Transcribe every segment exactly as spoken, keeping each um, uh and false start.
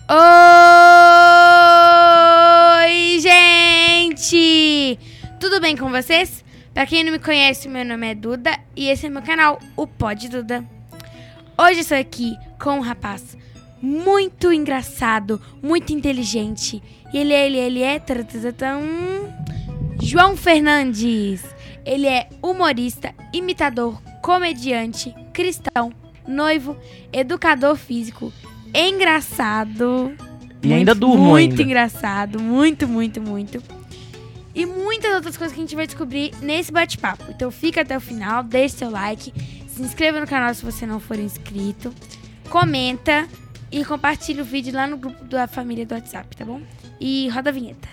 Oi, gente! Tudo bem com vocês? Pra quem não me conhece, meu nome é Duda e esse é meu canal, o Pod Duda. Hoje eu estou aqui com um rapaz muito engraçado, muito inteligente. E ele é, ele é, ele é... Taratatã, João Fernandes. Ele é humorista, imitador, comediante, cristão, noivo, educador físico, engraçado. E muito, ainda durmo Muito ainda. engraçado, muito, muito, muito. E muitas outras coisas que a gente vai descobrir nesse bate-papo. Então fica até o final, deixe seu like, se inscreva no canal se você não for inscrito, comenta e compartilha o vídeo lá no grupo da família do WhatsApp, tá bom? E roda a vinheta.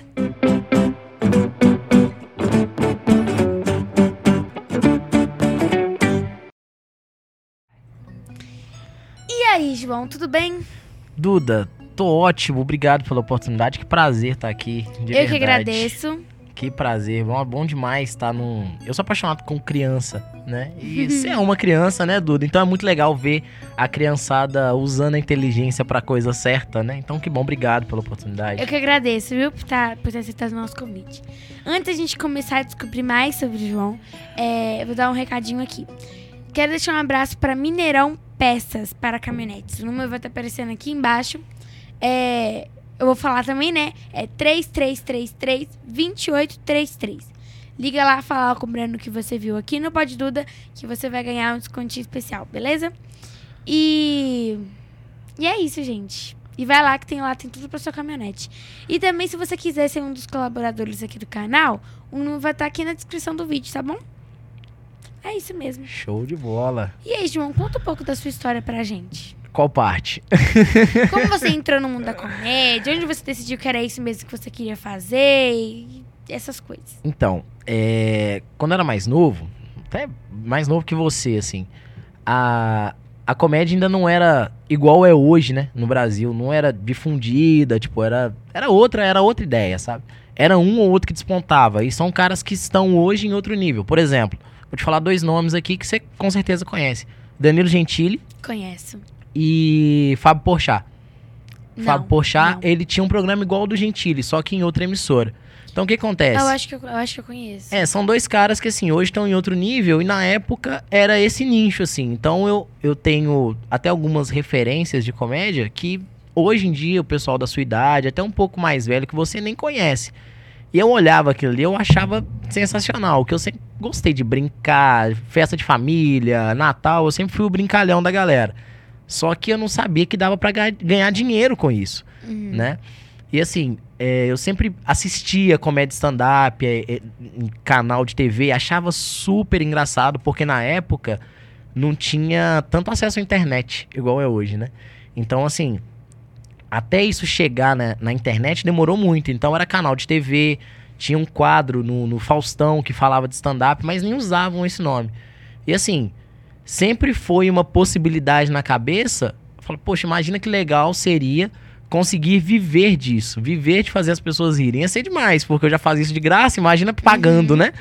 E aí, João, tudo bem? Duda, tô ótimo, obrigado pela oportunidade, que prazer estar aqui, de Eu verdade. que agradeço. Que prazer, bom, bom demais estar num... Eu sou apaixonado com criança, né? E você é uma criança, né, Duda? Então é muito legal ver a criançada usando a inteligência pra coisa certa, né? Então que bom, obrigado pela oportunidade. Eu que agradeço, viu, por, tá, por ter aceitado o nosso convite. Antes da gente começar a descobrir mais sobre o João, é, eu vou dar um recadinho aqui. Quero deixar um abraço para Mineirão Peças para Caminhonetes. O número vai estar aparecendo aqui embaixo. É... Eu vou falar também, né? É três três três três, dois oito três três. Liga lá, fala com o Breno que você viu aqui no Pod Duda, que você vai ganhar um descontinho especial, beleza? E... E é isso, gente. E vai lá que tem lá, tem tudo pra sua caminhonete. E também, se você quiser ser um dos colaboradores aqui do canal, o número vai estar aqui na descrição do vídeo, tá bom? É isso mesmo. Show de bola. E aí, João, conta um pouco da sua história pra gente. Qual parte? Como você entrou no mundo da comédia? Onde você decidiu que era isso mesmo que você queria fazer? E essas coisas. Então, é... quando eu era mais novo, até mais novo que você, assim, a... a comédia ainda não era igual é hoje, né, no Brasil. Não era difundida, tipo, era, era outra, era outra ideia, sabe? Era um ou outro que despontava. E são caras que estão hoje em outro nível. Por exemplo, vou te falar dois nomes aqui que você com certeza conhece. Danilo Gentili. Conheço. E Fábio Porchat. Não, Fábio Porchat, não. ele tinha um programa igual ao do Gentili, só que em outra emissora. Então o que acontece? Eu acho que eu, eu acho que eu conheço. É, são dois caras que assim, hoje estão em outro nível e na época era esse nicho, assim. Então eu, eu tenho até algumas referências de comédia que hoje em dia o pessoal da sua idade, até um pouco mais velho, que você nem conhece. E eu olhava aquilo ali, eu achava sensacional, que eu sempre gostei de brincar, festa de família, Natal, eu sempre fui o brincalhão da galera. Só que eu não sabia que dava pra ganhar dinheiro com isso, Uhum. né? E assim, é, eu sempre assistia comédia stand-up, é, é, em canal de T V, achava super engraçado, porque na época não tinha tanto acesso à internet, igual é hoje, né? Então assim, até isso chegar na, na internet demorou muito. Então era canal de T V, tinha um quadro no, no Faustão que falava de stand-up, mas nem usavam esse nome. E assim... sempre foi uma possibilidade na cabeça. Eu falo, poxa, imagina que legal seria conseguir viver disso. Viver de fazer as pessoas rirem. Ia ser demais, porque eu já fazia isso de graça, imagina pagando, uhum. né?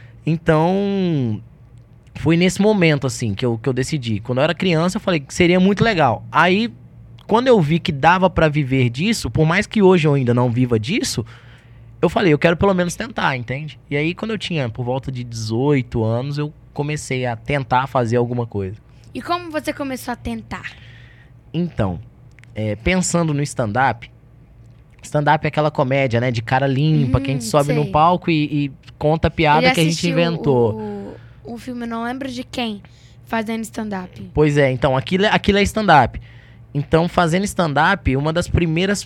Então, foi nesse momento, assim, que eu, que eu decidi. Quando eu era criança, eu falei que seria muito legal. Aí, quando eu vi que dava pra viver disso, por mais que hoje eu ainda não viva disso, eu falei, eu quero pelo menos tentar, entende? E aí, quando eu tinha por volta de dezoito anos, eu comecei a tentar fazer alguma coisa. E como você começou a tentar? Então, é, pensando no stand-up, stand-up é aquela comédia, né, de cara limpa, Uhum, que a gente sobe sei. no palco e, e conta a piada que a gente inventou. O, o filme, eu não lembro de quem, fazendo stand-up. Pois é, então, aquilo, aquilo é stand-up. Então, fazendo stand-up, uma das primeiras...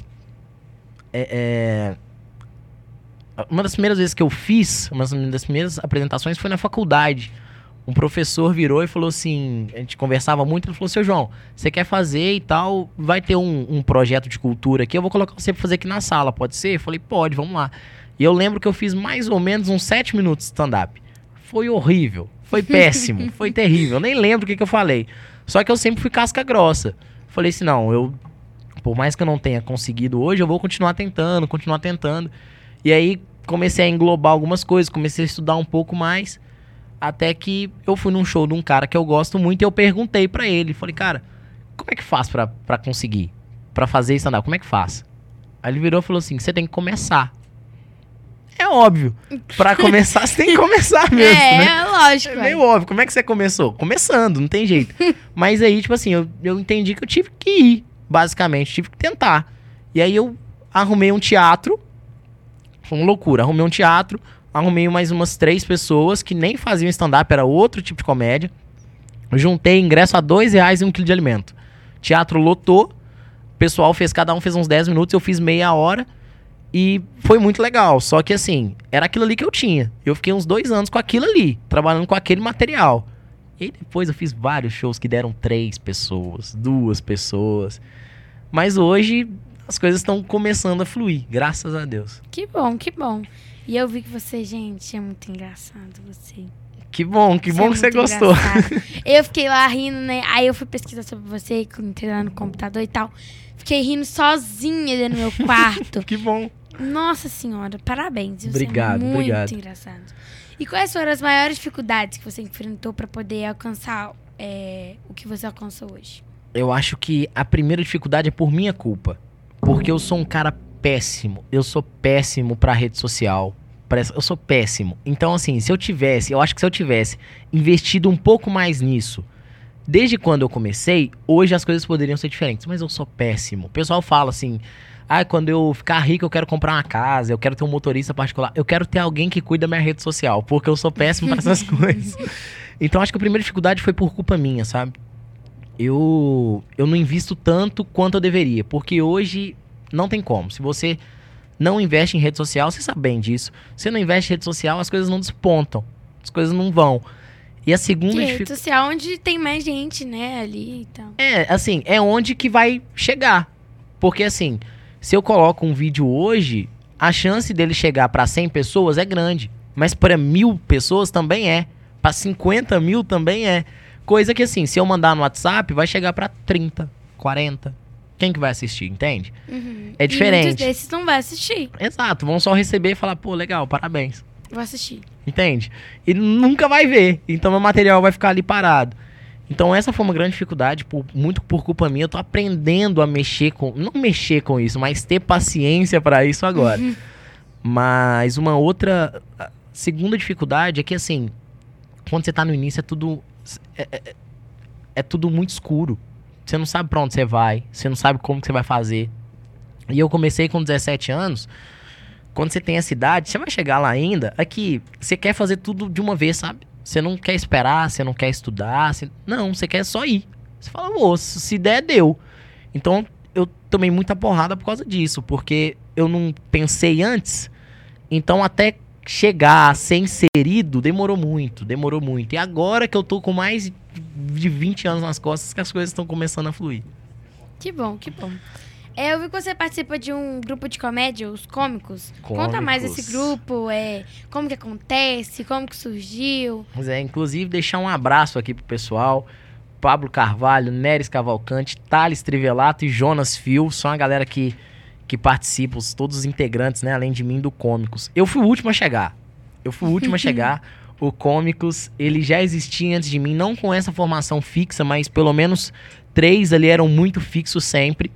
É, é, uma das primeiras vezes que eu fiz, uma das primeiras apresentações foi na faculdade. Um professor virou e falou assim, a gente conversava muito, ele falou, seu João, você quer fazer e tal, vai ter um, um projeto de cultura aqui, eu vou colocar você pra fazer aqui na sala, pode ser? Eu falei, pode, vamos lá. E eu lembro que eu fiz mais ou menos uns sete minutos de stand-up. Foi horrível, foi péssimo, foi terrível, nem lembro o que, que eu falei. Só que eu sempre fui casca grossa. Falei assim, não, eu, por mais que eu não tenha conseguido hoje, eu vou continuar tentando, continuar tentando. E aí comecei a englobar algumas coisas, comecei a estudar um pouco mais. Até que eu fui num show de um cara que eu gosto muito e eu perguntei pra ele. Falei, cara, como é que faz pra, pra conseguir? pra fazer stand-up, como é que faz? Aí ele virou e falou assim, você tem que começar. É óbvio. Pra começar, você tem que começar mesmo, é, né? É, lógico. É meio óbvio. Como é que você começou? Começando, não tem jeito. Mas aí, tipo assim, eu, eu entendi que eu tive que ir, basicamente. Tive que tentar. E aí eu arrumei um teatro. Foi uma loucura. Arrumei um teatro. Arrumei mais umas três pessoas que nem faziam stand-up, era outro tipo de comédia. Eu juntei ingresso a dois reais e um quilo de alimento. Teatro lotou. O pessoal fez, cada um fez uns dez minutos. Eu fiz meia hora. E foi muito legal, só que assim, era aquilo ali que eu tinha. Eu fiquei uns dois anos com aquilo ali, trabalhando com aquele material. E aí depois eu fiz vários shows que deram três pessoas, duas pessoas. Mas hoje as coisas estão começando a fluir, graças a Deus. Que bom, que bom. E eu vi que você, gente, é muito engraçado você. Que bom, que Você bom é que você muito gostou. engraçado. Eu fiquei lá rindo, né? Aí eu fui pesquisar sobre você, entrei lá no computador e tal. Fiquei rindo sozinha dentro do meu quarto. Que bom. Nossa senhora, parabéns. Você Obrigado, é muito obrigado. engraçado. E quais foram as maiores dificuldades que você enfrentou pra poder alcançar é, o que você alcançou hoje? Eu acho que a primeira dificuldade é por minha culpa. Porque eu sou um cara péssimo. Eu sou péssimo pra rede social. Eu sou péssimo. Então, assim, se eu tivesse... Eu acho que se eu tivesse investido um pouco mais nisso... Desde quando eu comecei, hoje as coisas poderiam ser diferentes. Mas eu sou péssimo. O pessoal fala assim... Ah, quando eu ficar rico eu quero comprar uma casa, eu quero ter um motorista particular. Eu quero ter alguém que cuida da minha rede social, porque eu sou péssimo para essas coisas. Então acho que a primeira dificuldade foi por culpa minha, sabe? Eu, eu não invisto tanto quanto eu deveria, porque hoje não tem como. Se você não investe em rede social, você sabe bem disso. Se você não investe em rede social, as coisas não despontam, as coisas não vão. E a segunda Que dificu- rede social onde tem mais gente, né, ali e tal. É, assim, é onde que vai chegar. Porque assim... Se eu coloco um vídeo hoje, a chance dele chegar para cem pessoas é grande. Mas para mil pessoas também é. Para cinquenta mil também é. Coisa que assim, se eu mandar no WhatsApp, vai chegar para trinta, quarenta. Quem que vai assistir, entende? Uhum. É diferente. E muitos desses não vai assistir. Exato, vão só receber e falar, pô, legal, parabéns. Vou assistir. Entende? E nunca vai ver. Então meu material vai ficar ali parado. Então essa foi uma grande dificuldade, por, muito por culpa minha. Eu tô aprendendo a mexer com... Não mexer com isso, mas ter paciência pra isso agora. Uhum. Mas uma outra... Segunda dificuldade é que, assim... Quando você tá no início, é tudo... É, é, é tudo muito escuro. Você não sabe pra onde você vai. Você não sabe como que você vai fazer. E eu comecei com dezessete anos. Quando você tem essa idade, você vai chegar lá ainda. Aqui, você quer fazer tudo de uma vez, sabe? Você não quer esperar, você não quer estudar. Você... Não, você quer só ir. Você fala, moço, se der, deu. Então, eu tomei muita porrada por causa disso. Porque eu não pensei antes. Então, até chegar a ser inserido, demorou muito. Demorou muito. E agora que eu tô com mais de vinte anos nas costas, que as coisas estão começando a fluir. Que bom, que bom. É, eu vi que você participa de um grupo de comédia, os Cômicos. Cômicos. Conta mais desse grupo, é, como que acontece, como que surgiu. Pois é, inclusive deixar um abraço aqui pro pessoal. Pablo Carvalho, Neres Cavalcante, Thales Trivelato e Jonas Fio. São a galera que, que participa, todos os integrantes, né, além de mim, do Cômicos. Eu fui o último a chegar. Eu fui o último a chegar. O Cômicos, ele já existia antes de mim, não com essa formação fixa, mas pelo menos três ali eram muito fixos sempre.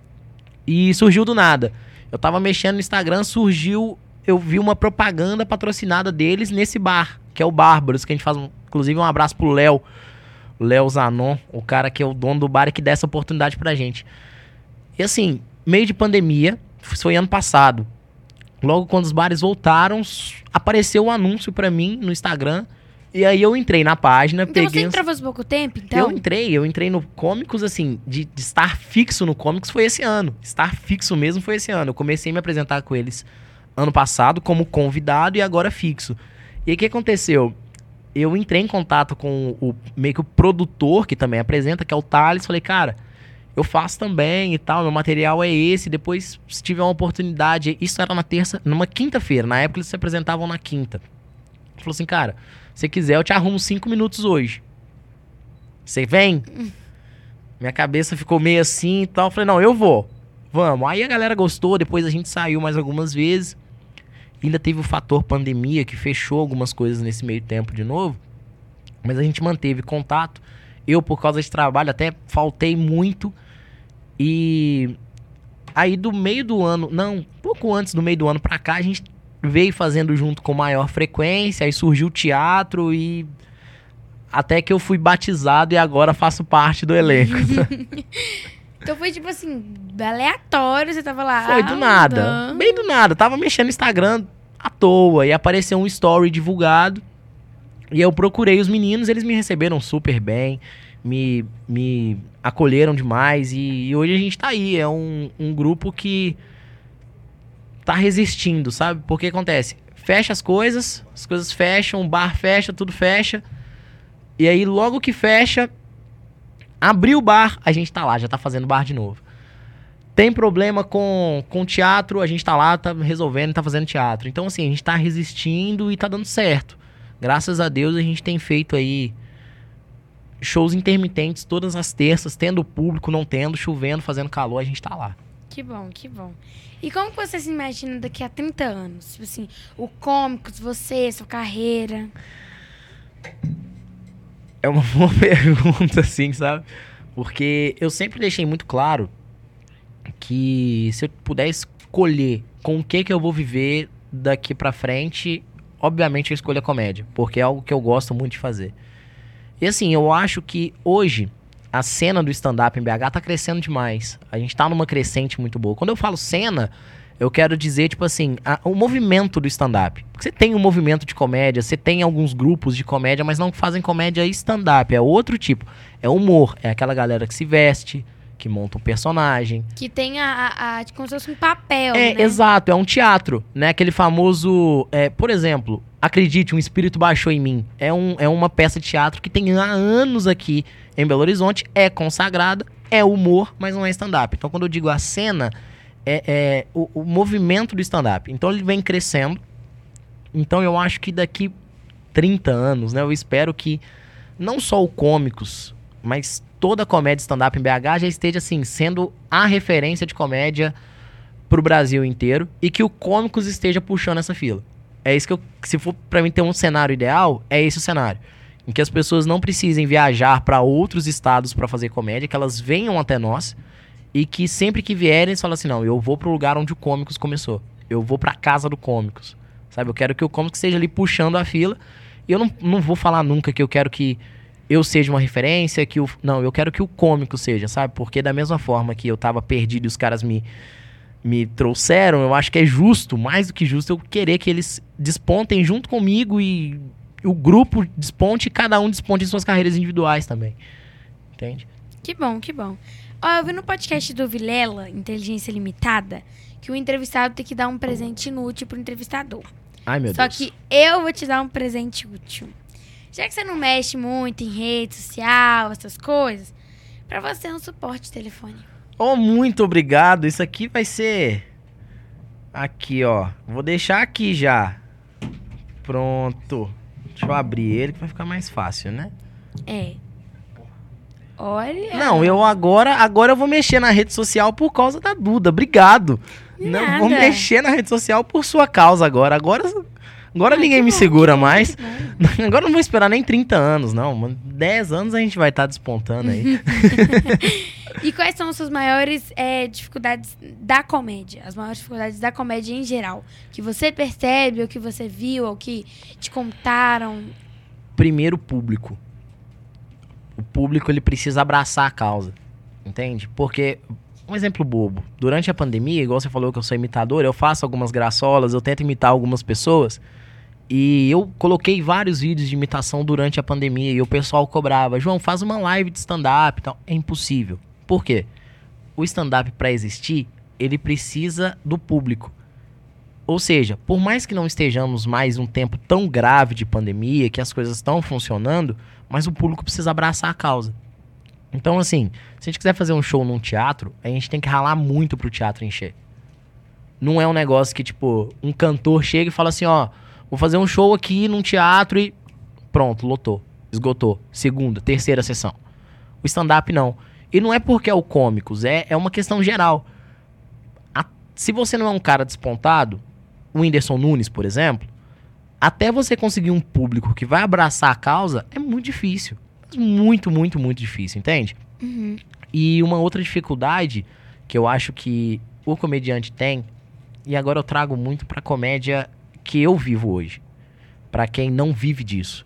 E surgiu do nada. Eu tava mexendo no Instagram, surgiu... Eu vi uma propaganda patrocinada deles nesse bar, que é o Bárbaros, que a gente faz, um, inclusive, um abraço pro Léo. Léo Zanon, o cara que é o dono do bar e que dá essa oportunidade pra gente. E assim, meio de pandemia, foi ano passado. Logo quando os bares voltaram, apareceu um anúncio pra mim no Instagram. E aí eu entrei na página, então peguei... Então você entrou faz pouco tempo, então? Eu entrei, eu entrei no Cômicos, assim, de, de estar fixo no Cômicos foi esse ano. Estar fixo mesmo foi esse ano. Eu comecei a me apresentar com eles ano passado como convidado e agora fixo. E aí o que aconteceu? Eu entrei em contato com o meio que o produtor, que também apresenta, que é o Thales. Falei, cara, eu faço também e tal, meu material é esse. Depois, se tiver uma oportunidade... Isso era na terça, numa quinta-feira. Na época eles se apresentavam na quinta. Ele falou assim, cara... Se quiser, eu te arrumo cinco minutos hoje. Você vem? Hum. Minha cabeça ficou meio assim e tal. Eu falei, não, eu vou. Vamos. Aí a galera gostou, depois a gente saiu mais algumas vezes. Ainda teve o fator pandemia, que fechou algumas coisas nesse meio tempo de novo. Mas a gente manteve contato. Eu, por causa de trabalho, até faltei muito. E Aí do meio do ano, não, pouco antes do meio do ano pra cá, a gente veio fazendo junto com maior frequência, aí surgiu o teatro e até que eu fui batizado e agora faço parte do elenco. Então foi tipo assim, aleatório, você tava lá. Foi do nada, andando. bem do nada. Tava mexendo no Instagram à toa e apareceu um story divulgado e eu procurei os meninos, eles me receberam super bem, me, me acolheram demais e, e hoje a gente tá aí. É um, um grupo que tá resistindo, sabe? Porque acontece, fecha as coisas, as coisas fecham, o bar fecha, tudo fecha. E aí logo que fecha, abriu o bar, a gente tá lá, já tá fazendo bar de novo. Tem problema com, com teatro, a gente tá lá, tá resolvendo, tá fazendo teatro. Então assim, a gente tá resistindo e tá dando certo. Graças a Deus a gente tem feito aí shows intermitentes todas as terças, tendo público, não tendo, chovendo, fazendo calor, a gente tá lá. Que bom, que bom. E como que você se imagina daqui a trinta anos? Tipo assim, o Cômicos, você, sua carreira. É uma boa pergunta, assim, sabe? Porque eu sempre deixei muito claro que se eu puder escolher com o que que eu vou viver daqui pra frente, obviamente eu escolho a comédia, porque é algo que eu gosto muito de fazer. E assim, eu acho que hoje a cena do stand-up em B H tá crescendo demais. A gente tá numa crescente muito boa. Quando eu falo cena, eu quero dizer, tipo assim, a, o movimento do stand-up. Porque você tem um movimento de comédia, você tem alguns grupos de comédia, mas não fazem comédia stand-up. É outro tipo. É humor. É aquela galera que se veste, que monta um personagem. Que tem a, a, a como se fosse um papel, É, né? exato. É um teatro, né? Aquele famoso... É, por exemplo, Acredite, um Espírito Baixou em Mim. É, um, é uma peça de teatro que tem há anos aqui em Belo Horizonte. É consagrada, é humor, mas não é stand-up. Então, quando eu digo a cena... É, é o, o movimento do stand-up. Então ele vem crescendo. Então eu acho que daqui trinta anos, né? Eu espero que não só o Cômicos, mas toda a comédia stand-up em B H já esteja assim, sendo a referência de comédia pro Brasil inteiro. E que o Cômicos esteja puxando essa fila. É isso que eu... Se for pra mim ter um cenário ideal, é esse o cenário. Em que as pessoas não precisem viajar pra outros estados pra fazer comédia, que elas venham até nós. E que sempre que vierem, eles falam assim, não, eu vou pro lugar onde o Cômicos começou. Eu vou pra casa do Cômicos. Sabe, eu quero que o Cômicos esteja ali puxando a fila. E eu não, não vou falar nunca que eu quero que eu seja uma referência, que o... Não, eu quero que o Cômicos seja, sabe? Porque da mesma forma que eu tava perdido e os caras me, me trouxeram, eu acho que é justo, mais do que justo, eu querer que eles despontem junto comigo e o grupo desponte e cada um desponte em suas carreiras individuais também. Entende? Que bom, que bom. Ó, eu vi no podcast do Vilela, Inteligência Limitada, que o entrevistado tem que dar um presente inútil pro entrevistador. Ai, meu Só Deus. que eu vou te dar um presente útil. Já que você não mexe muito em rede social, essas coisas, pra você é um suporte de telefone. Oh, muito obrigado. Isso aqui vai ser... Aqui, ó. Vou deixar aqui já. Pronto. Deixa eu abrir ele que vai ficar mais fácil, né? É. Olha. Não, eu agora, agora eu vou mexer na rede social por causa da Duda. Obrigado. Não, Nada. vou mexer na rede social por sua causa agora. Agora, agora Ah, ninguém que me bom, segura que bom, mais. que bom. Agora eu não vou esperar nem trinta anos, não. Mano, dez anos a gente vai estar despontando aí. E quais são as suas maiores é, dificuldades da comédia? As maiores dificuldades da comédia em geral? Que você percebe, ou que você viu, ou que te contaram? Primeiro, público. O público, ele precisa abraçar a causa, entende? Porque, um exemplo bobo, durante a pandemia, igual você falou que eu sou imitador, eu faço algumas graçolas, eu tento imitar algumas pessoas, e eu coloquei vários vídeos de imitação durante a pandemia, e o pessoal cobrava, João, faz uma live de stand-up e tal. É impossível. Por quê? O stand-up, para existir, ele precisa do público. Ou seja, por mais que não estejamos mais um tempo tão grave de pandemia, que as coisas estão funcionando, mas o público precisa abraçar a causa. Então, assim, se a gente quiser fazer um show num teatro, a gente tem que ralar muito pro teatro encher. Não é um negócio que, tipo, um cantor chega e fala assim, ó, vou fazer um show aqui num teatro e pronto, lotou, esgotou. Segunda, terceira sessão. O stand-up não. E não é porque é o Cômicos, é, é uma questão geral. A, se você não é um cara despontado, o Whindersson Nunes, por exemplo, até você conseguir um público que vai abraçar a causa, é muito difícil. Muito, muito, muito difícil, entende? Uhum. E uma outra dificuldade, que eu acho que o comediante tem, e agora eu trago muito pra comédia que eu vivo hoje, pra quem não vive disso.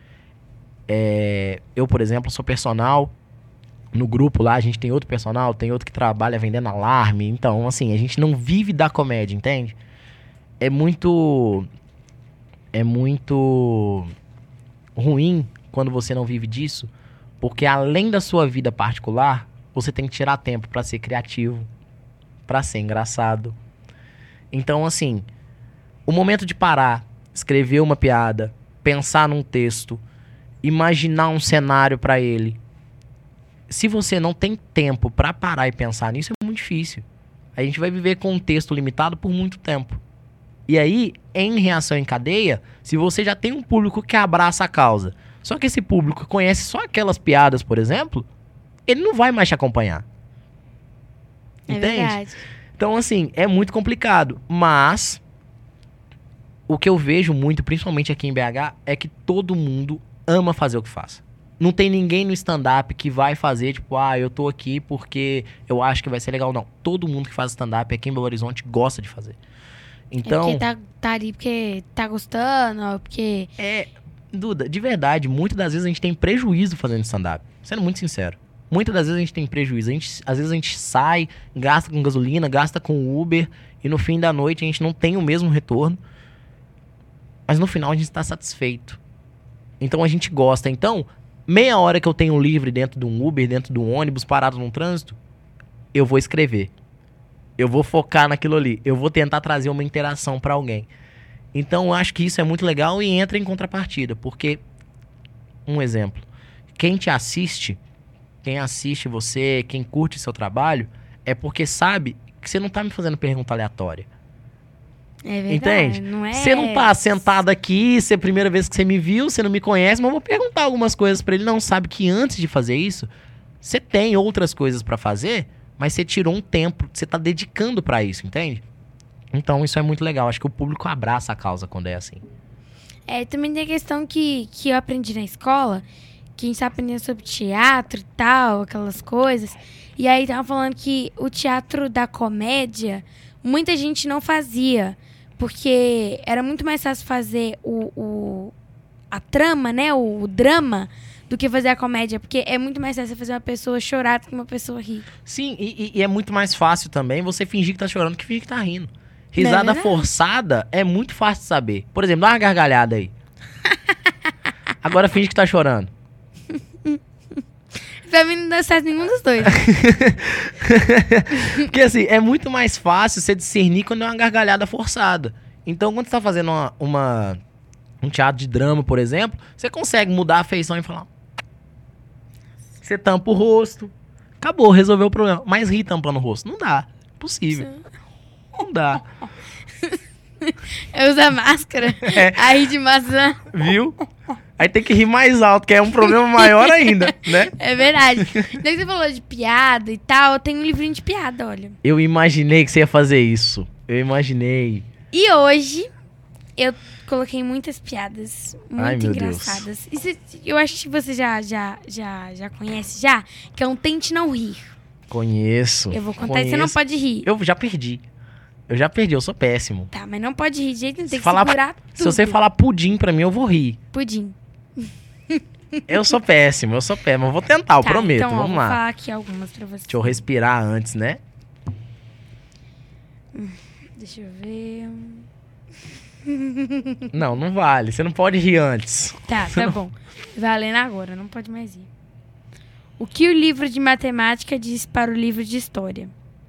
É, eu, por exemplo, sou personal. No grupo lá, a gente tem outro personal, tem outro que trabalha vendendo alarme. Então, assim, a gente não vive da comédia, entende? É muito... É muito ruim quando você não vive disso, porque além da sua vida particular, você tem que tirar tempo pra ser criativo, pra ser engraçado. Então, assim, o momento de parar, escrever uma piada, pensar num texto, imaginar um cenário pra ele. Se você não tem tempo pra parar e pensar nisso, é muito difícil. A gente vai viver com um texto limitado por muito tempo. E aí, em reação em cadeia, se você já tem um público que abraça a causa, só que esse público conhece só aquelas piadas, por exemplo, ele não vai mais te acompanhar. É Entende? verdade. Então, assim, é muito complicado. Mas, o que eu vejo muito, principalmente aqui em B H, é que todo mundo ama fazer o que faz. Não tem ninguém no stand-up que vai fazer, tipo, ah, eu tô aqui porque eu acho que vai ser legal. Não. Todo mundo que faz stand-up aqui em Belo Horizonte gosta de fazer. Então, É porque tá, tá ali porque tá gostando, ou porque... é, Duda, de verdade, muitas das vezes a gente tem prejuízo fazendo stand-up. Sendo muito sincero. Muitas das vezes a gente tem prejuízo. A gente, às vezes a gente sai, gasta com gasolina, gasta com Uber, e no fim da noite a gente não tem o mesmo retorno. Mas no final a gente tá satisfeito. Então a gente gosta. Então, meia hora que eu tenho livre dentro de um Uber, dentro de um ônibus, parado num trânsito, eu vou escrever. Eu vou focar naquilo ali. Eu vou tentar trazer uma interação pra alguém. Então, eu acho que isso é muito legal e entra em contrapartida. Porque, um exemplo, quem te assiste, quem assiste você, quem curte seu trabalho, é porque sabe que você não tá me fazendo pergunta aleatória. É verdade, Entende? não é... Você não tá sentado aqui, se é a primeira vez que você me viu, você não me conhece, mas eu vou perguntar algumas coisas pra ele. Não, sabe que antes de fazer isso, você tem outras coisas pra fazer, mas você tirou um tempo, você tá dedicando pra isso, entende? Então isso é muito legal. Acho que o público abraça a causa quando é assim. É, também tem a questão que, que eu aprendi na escola, que a gente tá aprendendo sobre teatro e tal, aquelas coisas. E aí tava falando que o teatro da comédia, muita gente não fazia. Porque era muito mais fácil fazer o, o, a trama, né? O, o drama, do que fazer a comédia. Porque é muito mais fácil fazer uma pessoa chorar do que uma pessoa rir. Sim, e, e é muito mais fácil também você fingir que tá chorando que fingir que tá rindo. Risada Não é forçada é muito fácil de saber. Por exemplo, dá uma gargalhada aí. Agora finge que tá chorando. Pra mim não dá certo nenhum dos dois. Porque assim, é muito mais fácil você discernir quando é uma gargalhada forçada. Então, quando você tá fazendo uma, uma- um teatro de drama, por exemplo, você consegue mudar a feição e falar... Você tampa o rosto. Acabou, resolveu o problema. Mas rir tampando o rosto, não dá. Impossível. Não dá. Eu uso a máscara. É. Aí de maçã. Viu? Aí tem que rir mais alto, que é um problema maior ainda, né? É verdade. Daí que você falou de piada e tal, eu tenho um livrinho de piada, olha. Eu imaginei que você ia fazer isso. Eu imaginei. E hoje, eu coloquei muitas piadas muito Ai, meu engraçadas. E cê- eu acho que você já, já, já, já conhece já, que é um Tente Não Rir. Conheço. Eu vou contar e você não conheço. pode rir. Eu já perdi. Eu já perdi, eu sou péssimo. Tá, mas não pode rir de jeito nenhum, Se tem que falar- segurar tudo. Se você falar pudim pra mim, eu vou rir. Pudim. Eu sou péssimo, eu sou péssimo. Eu vou tentar, eu Tá, prometo. então, ó, Vamos vou lá. falar aqui algumas pra você. Deixa eu respirar antes, né? Deixa eu ver... Não, não vale. Você não pode rir antes. Tá, tá bom. Valendo agora, não pode mais ir. O que o livro de matemática diz para o livro de história?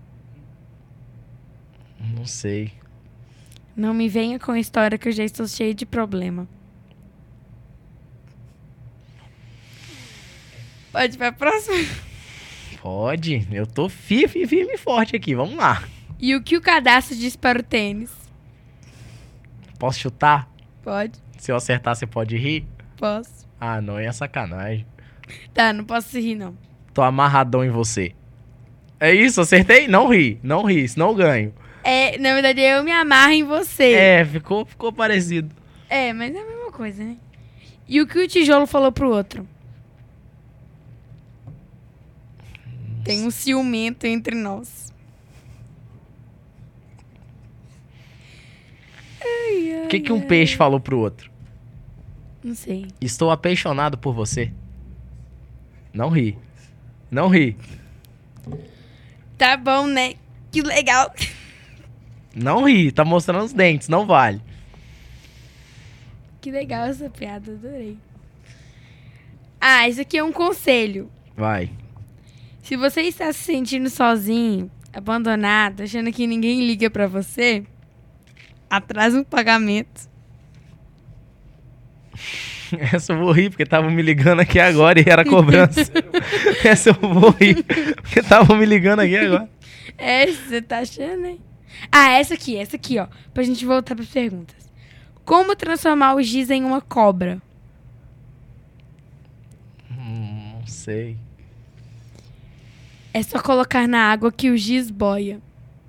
Não sei. Não me venha com história que eu já estou cheio de problema. Pode ir pra próxima? Pode. Eu tô firme, firme e forte aqui. Vamos lá. E o que o cadastro diz para o tênis? Posso chutar? Pode, Se eu acertar, você pode rir? posso. Ah, não. É sacanagem. Tá, não posso rir, não. Tô amarradão em você. É isso? Acertei? Não ri. Não ri, senão eu ganho. É, na verdade, eu me amarro em você. É, ficou, ficou parecido. É, mas é a mesma coisa, né? E o que o tijolo falou pro outro? Tem um ciumento entre nós. O que, que um peixe falou pro outro? Não sei. Estou apaixonado por você. Não ri. Não ri. Tá bom, né? Que legal. Não ri. Tá mostrando os dentes. Não vale. Que legal essa piada, adorei. Ah, isso aqui é um conselho. Vai. Se você está se sentindo sozinho, abandonado, achando que ninguém liga pra você, atrasa um pagamento. Essa eu vou rir, porque estavam me ligando aqui agora e era cobrança. Essa eu vou rir, porque estavam me ligando aqui agora. É, você tá achando, hein? Ah, essa aqui, essa aqui, ó. Pra gente voltar pras perguntas. Como transformar o giz em uma cobra? Hum, não sei. É só colocar na água que o giz boia.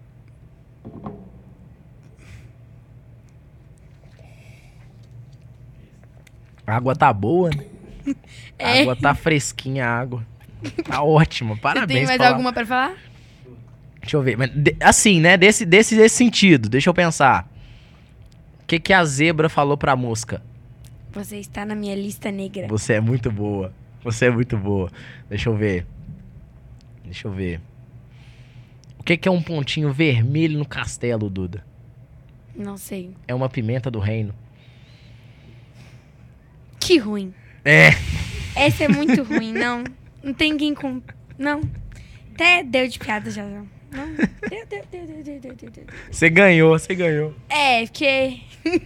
A água tá boa, né? A É. água tá fresquinha, a água. Tá ótima, Você parabéns. tem mais pra- alguma pra falar? Deixa eu ver. Mas, de- assim, né? Desse, desse, desse sentido, deixa eu pensar. O que, que a zebra falou pra mosca? Você está na minha lista negra. Você é muito boa. Você é muito boa. Deixa eu ver. Deixa eu ver. O que, que é um pontinho vermelho no castelo, Duda? Não sei. É uma pimenta do reino. Que ruim. É. Essa é muito ruim, não. Não tem ninguém com... Não. Até deu de piada já. já. Não. Deu, deu, deu, deu, deu, deu, deu, deu. Você ganhou, você ganhou. É, porque...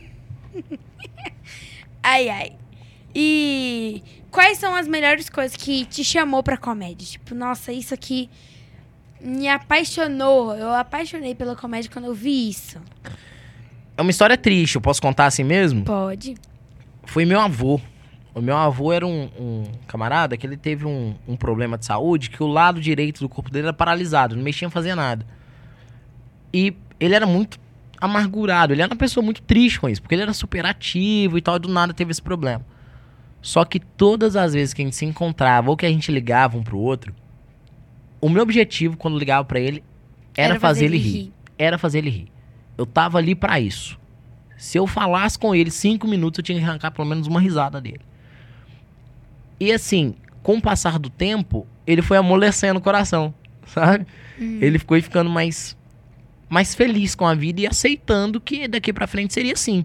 Ai, ai. E quais são as melhores coisas que te chamou pra comédia? Tipo, nossa, isso aqui me apaixonou. Eu apaixonei pela comédia quando eu vi isso. É uma história triste, eu posso contar assim mesmo? Pode. Foi meu avô. O meu avô era um, um camarada que ele teve um, um problema de saúde que o lado direito do corpo dele era paralisado, não mexia em fazer nada. E ele era muito amargurado, ele era uma pessoa muito triste com isso, porque ele era super ativo e tal, e do nada teve esse problema. Só que todas as vezes que a gente se encontrava ou que a gente ligava um pro outro, o meu objetivo quando ligava pra ele era, fazer ele rir. Era fazer ele rir. Eu tava ali pra isso. Se eu falasse com ele cinco minutos, eu tinha que arrancar pelo menos uma risada dele. E assim, com o passar do tempo, ele foi amolecendo o coração, sabe? Hum. Ele ficou ficando mais, mais feliz com a vida e aceitando que daqui pra frente seria assim.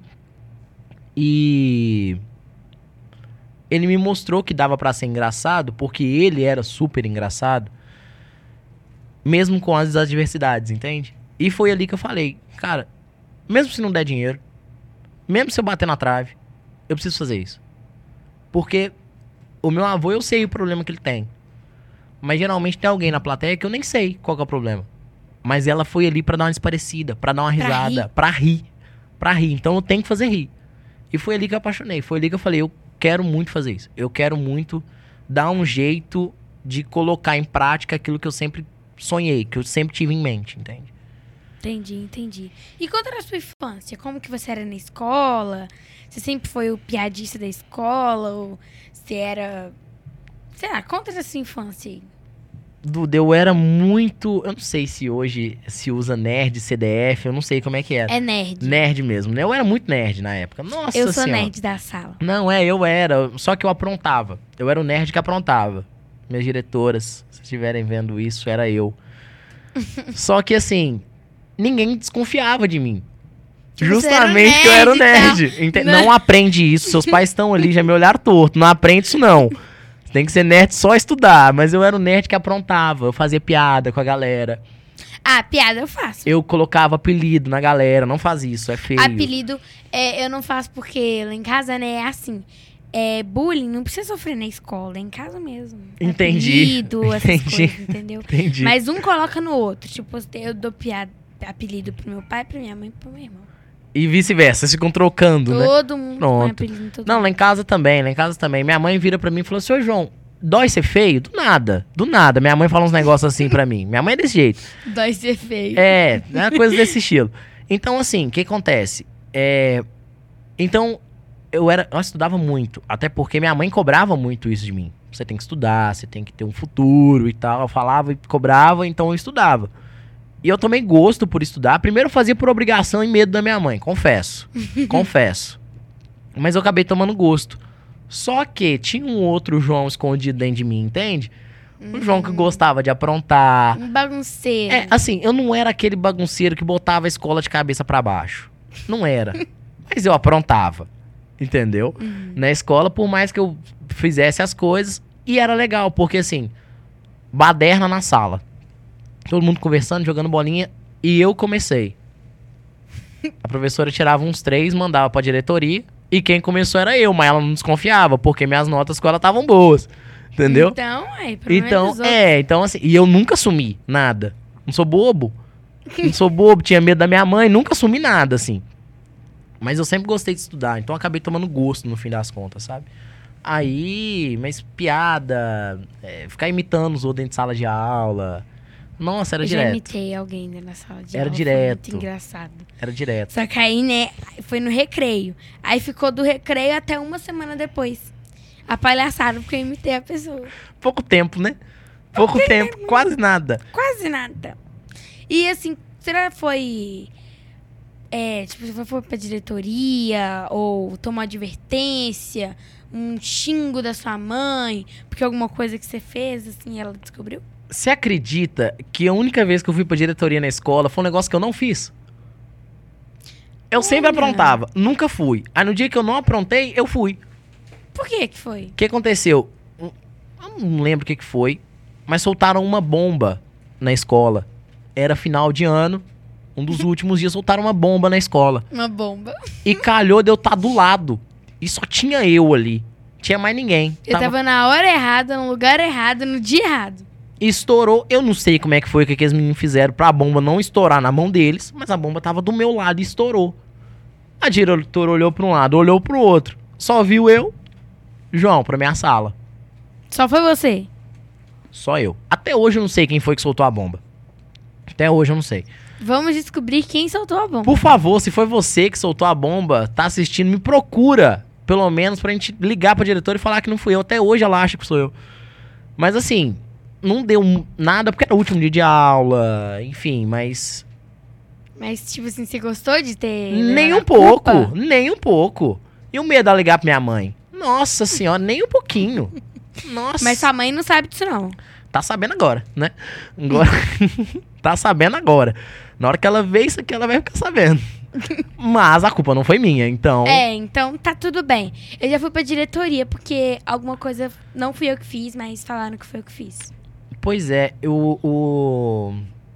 E ele me mostrou que dava pra ser engraçado, porque ele era super engraçado, mesmo com as adversidades, entende? E foi ali que eu falei, cara, mesmo se não der dinheiro, mesmo se eu bater na trave, eu preciso fazer isso. Porque o meu avô, eu sei o problema que ele tem. Mas geralmente tem alguém na plateia que eu nem sei qual que é o problema. Mas ela foi ali pra dar uma desparecida, pra dar uma Pra risada, rir. pra rir. Pra rir. Então eu tenho que fazer rir. E foi ali que eu apaixonei. Foi ali que eu falei, eu quero muito fazer isso. Eu quero muito dar um jeito de colocar em prática aquilo que eu sempre sonhei, que eu sempre tive em mente, entende? Entendi, entendi. E conta da sua infância, como que você era na escola? Você sempre foi o piadista da escola? Ou você era... Sei lá, conta da sua infância aí. Duda, eu era muito... Eu não sei se hoje se usa nerd, C D F, eu não sei como é que era. É nerd. Nerd mesmo, né? Eu era muito nerd na época. Nossa Eu sou senhora. nerd da sala. Não, é, eu era. Só que eu aprontava. Eu era o nerd que aprontava. Minhas diretoras, se estiverem vendo isso, era eu. Só que assim, ninguém desconfiava de mim. Que você era o Justamente que eu era o nerd, nerd. Ente- Não. Não aprende isso. Seus pais estão ali, já me olharam torto. Não aprende isso, não. Tem que ser nerd só estudar. Mas eu era o nerd que aprontava. Eu fazia piada com a galera. Ah, piada eu faço. Eu colocava apelido na galera. Não faz isso, é feio. Apelido é, eu não faço porque lá em casa, né, é assim. É, bullying não precisa sofrer na escola, é em casa mesmo. Entendi. Apelido, essas Entendi. coisas, entendeu? Entendi. Mas um coloca no outro. Tipo, eu dou piada, apelido pro meu pai, pra minha mãe e pro meu irmão. E vice-versa, vocês ficam trocando, né? Todo mundo põe Pronto. apelido em todo Não, mundo. lá em casa também, lá em casa também. Minha mãe vira pra mim e falou assim, ô João, dói ser feio? Do nada, do nada. Minha mãe fala uns negócios assim pra mim. Minha mãe é desse jeito. Dói ser feio. É, é uma coisa desse estilo. Então, assim, o que acontece? É... Então, eu era, eu estudava muito. Até porque minha mãe cobrava muito isso de mim. Você tem que estudar, você tem que ter um futuro e tal. Eu falava e cobrava, então eu estudava. E eu tomei gosto por estudar. Primeiro eu fazia por obrigação e medo da minha mãe, confesso. confesso. Mas eu acabei tomando gosto. Só que tinha um outro João escondido dentro de mim, entende? Um João que gostava de aprontar. Um bagunceiro. É, assim, eu não era aquele bagunceiro que botava a escola de cabeça pra baixo. Não era. Mas eu aprontava, entendeu? Uhum. Na escola, por mais que eu fizesse as coisas, e era legal, porque assim, baderna na sala. Todo mundo conversando, jogando bolinha, e eu comecei. A professora tirava uns três, mandava pra diretoria, e quem começou era eu, mas ela não desconfiava, porque minhas notas com ela estavam boas, entendeu? Então, aí, problema Então, dos outros. é, então assim, e eu nunca assumi nada. Não sou bobo. Não sou bobo, tinha medo da minha mãe, nunca assumi nada, assim. Mas eu sempre gostei de estudar, então eu acabei tomando gosto no fim das contas, sabe? Aí, mas piada, é, ficar imitando os outros dentro de sala de aula. Nossa, era eu já direto. imitei alguém né, na sala de Era aula. direto. Foi muito engraçado. Era direto. Só que aí, né, foi no recreio. Aí ficou do recreio até uma semana depois. A palhaçada, porque eu imitei a pessoa. Pouco tempo, né? Pouco tempo, quase nada. Quase nada. E assim, será que foi... É, tipo, você foi pra diretoria ou tomou advertência, um xingo da sua mãe, porque alguma coisa que você fez, assim, ela descobriu? Você acredita que a única vez que eu fui pra diretoria na escola foi um negócio que eu não fiz? Eu sempre Olha. aprontava, nunca fui. Aí no dia que eu não aprontei, eu fui. Por que que foi? O que aconteceu? Eu não lembro o que que foi, mas soltaram uma bomba na escola. Era final de ano, um dos últimos dias soltaram uma bomba na escola. Uma bomba. E calhou de eu estar do lado. E só tinha eu ali. Tinha mais ninguém. Eu tava na hora errada, no lugar errado, no dia errado. Estourou. Eu não sei como é que foi o que aqueles meninos fizeram pra bomba não estourar na mão deles, mas a bomba tava do meu lado e estourou. A diretora olhou pra um lado, olhou pro outro. Só viu eu, João, pra minha sala. Só foi você? Só eu. Até hoje eu não sei quem foi que soltou a bomba. Até hoje eu não sei. Vamos descobrir quem soltou a bomba. Por favor, se foi você que soltou a bomba, tá assistindo, me procura. Pelo menos pra gente ligar pra diretora e falar que não fui eu. Até hoje ela acha que sou eu. Mas assim, não deu nada porque era o último dia de aula, enfim, mas... Mas, tipo assim, você gostou de ter... Nem um levado a pouco, culpa? nem um pouco. E o medo de ligar pra minha mãe? Nossa senhora, nem um pouquinho. Nossa. Mas sua mãe não sabe disso, não. Tá sabendo agora, né? Agora... tá sabendo agora. Na hora que ela ver isso aqui, ela vai ficar sabendo. Mas a culpa não foi minha, então... É, então tá tudo bem. Eu já fui pra diretoria, porque alguma coisa não fui eu que fiz, mas falaram que foi eu que fiz. Pois é, eu... O...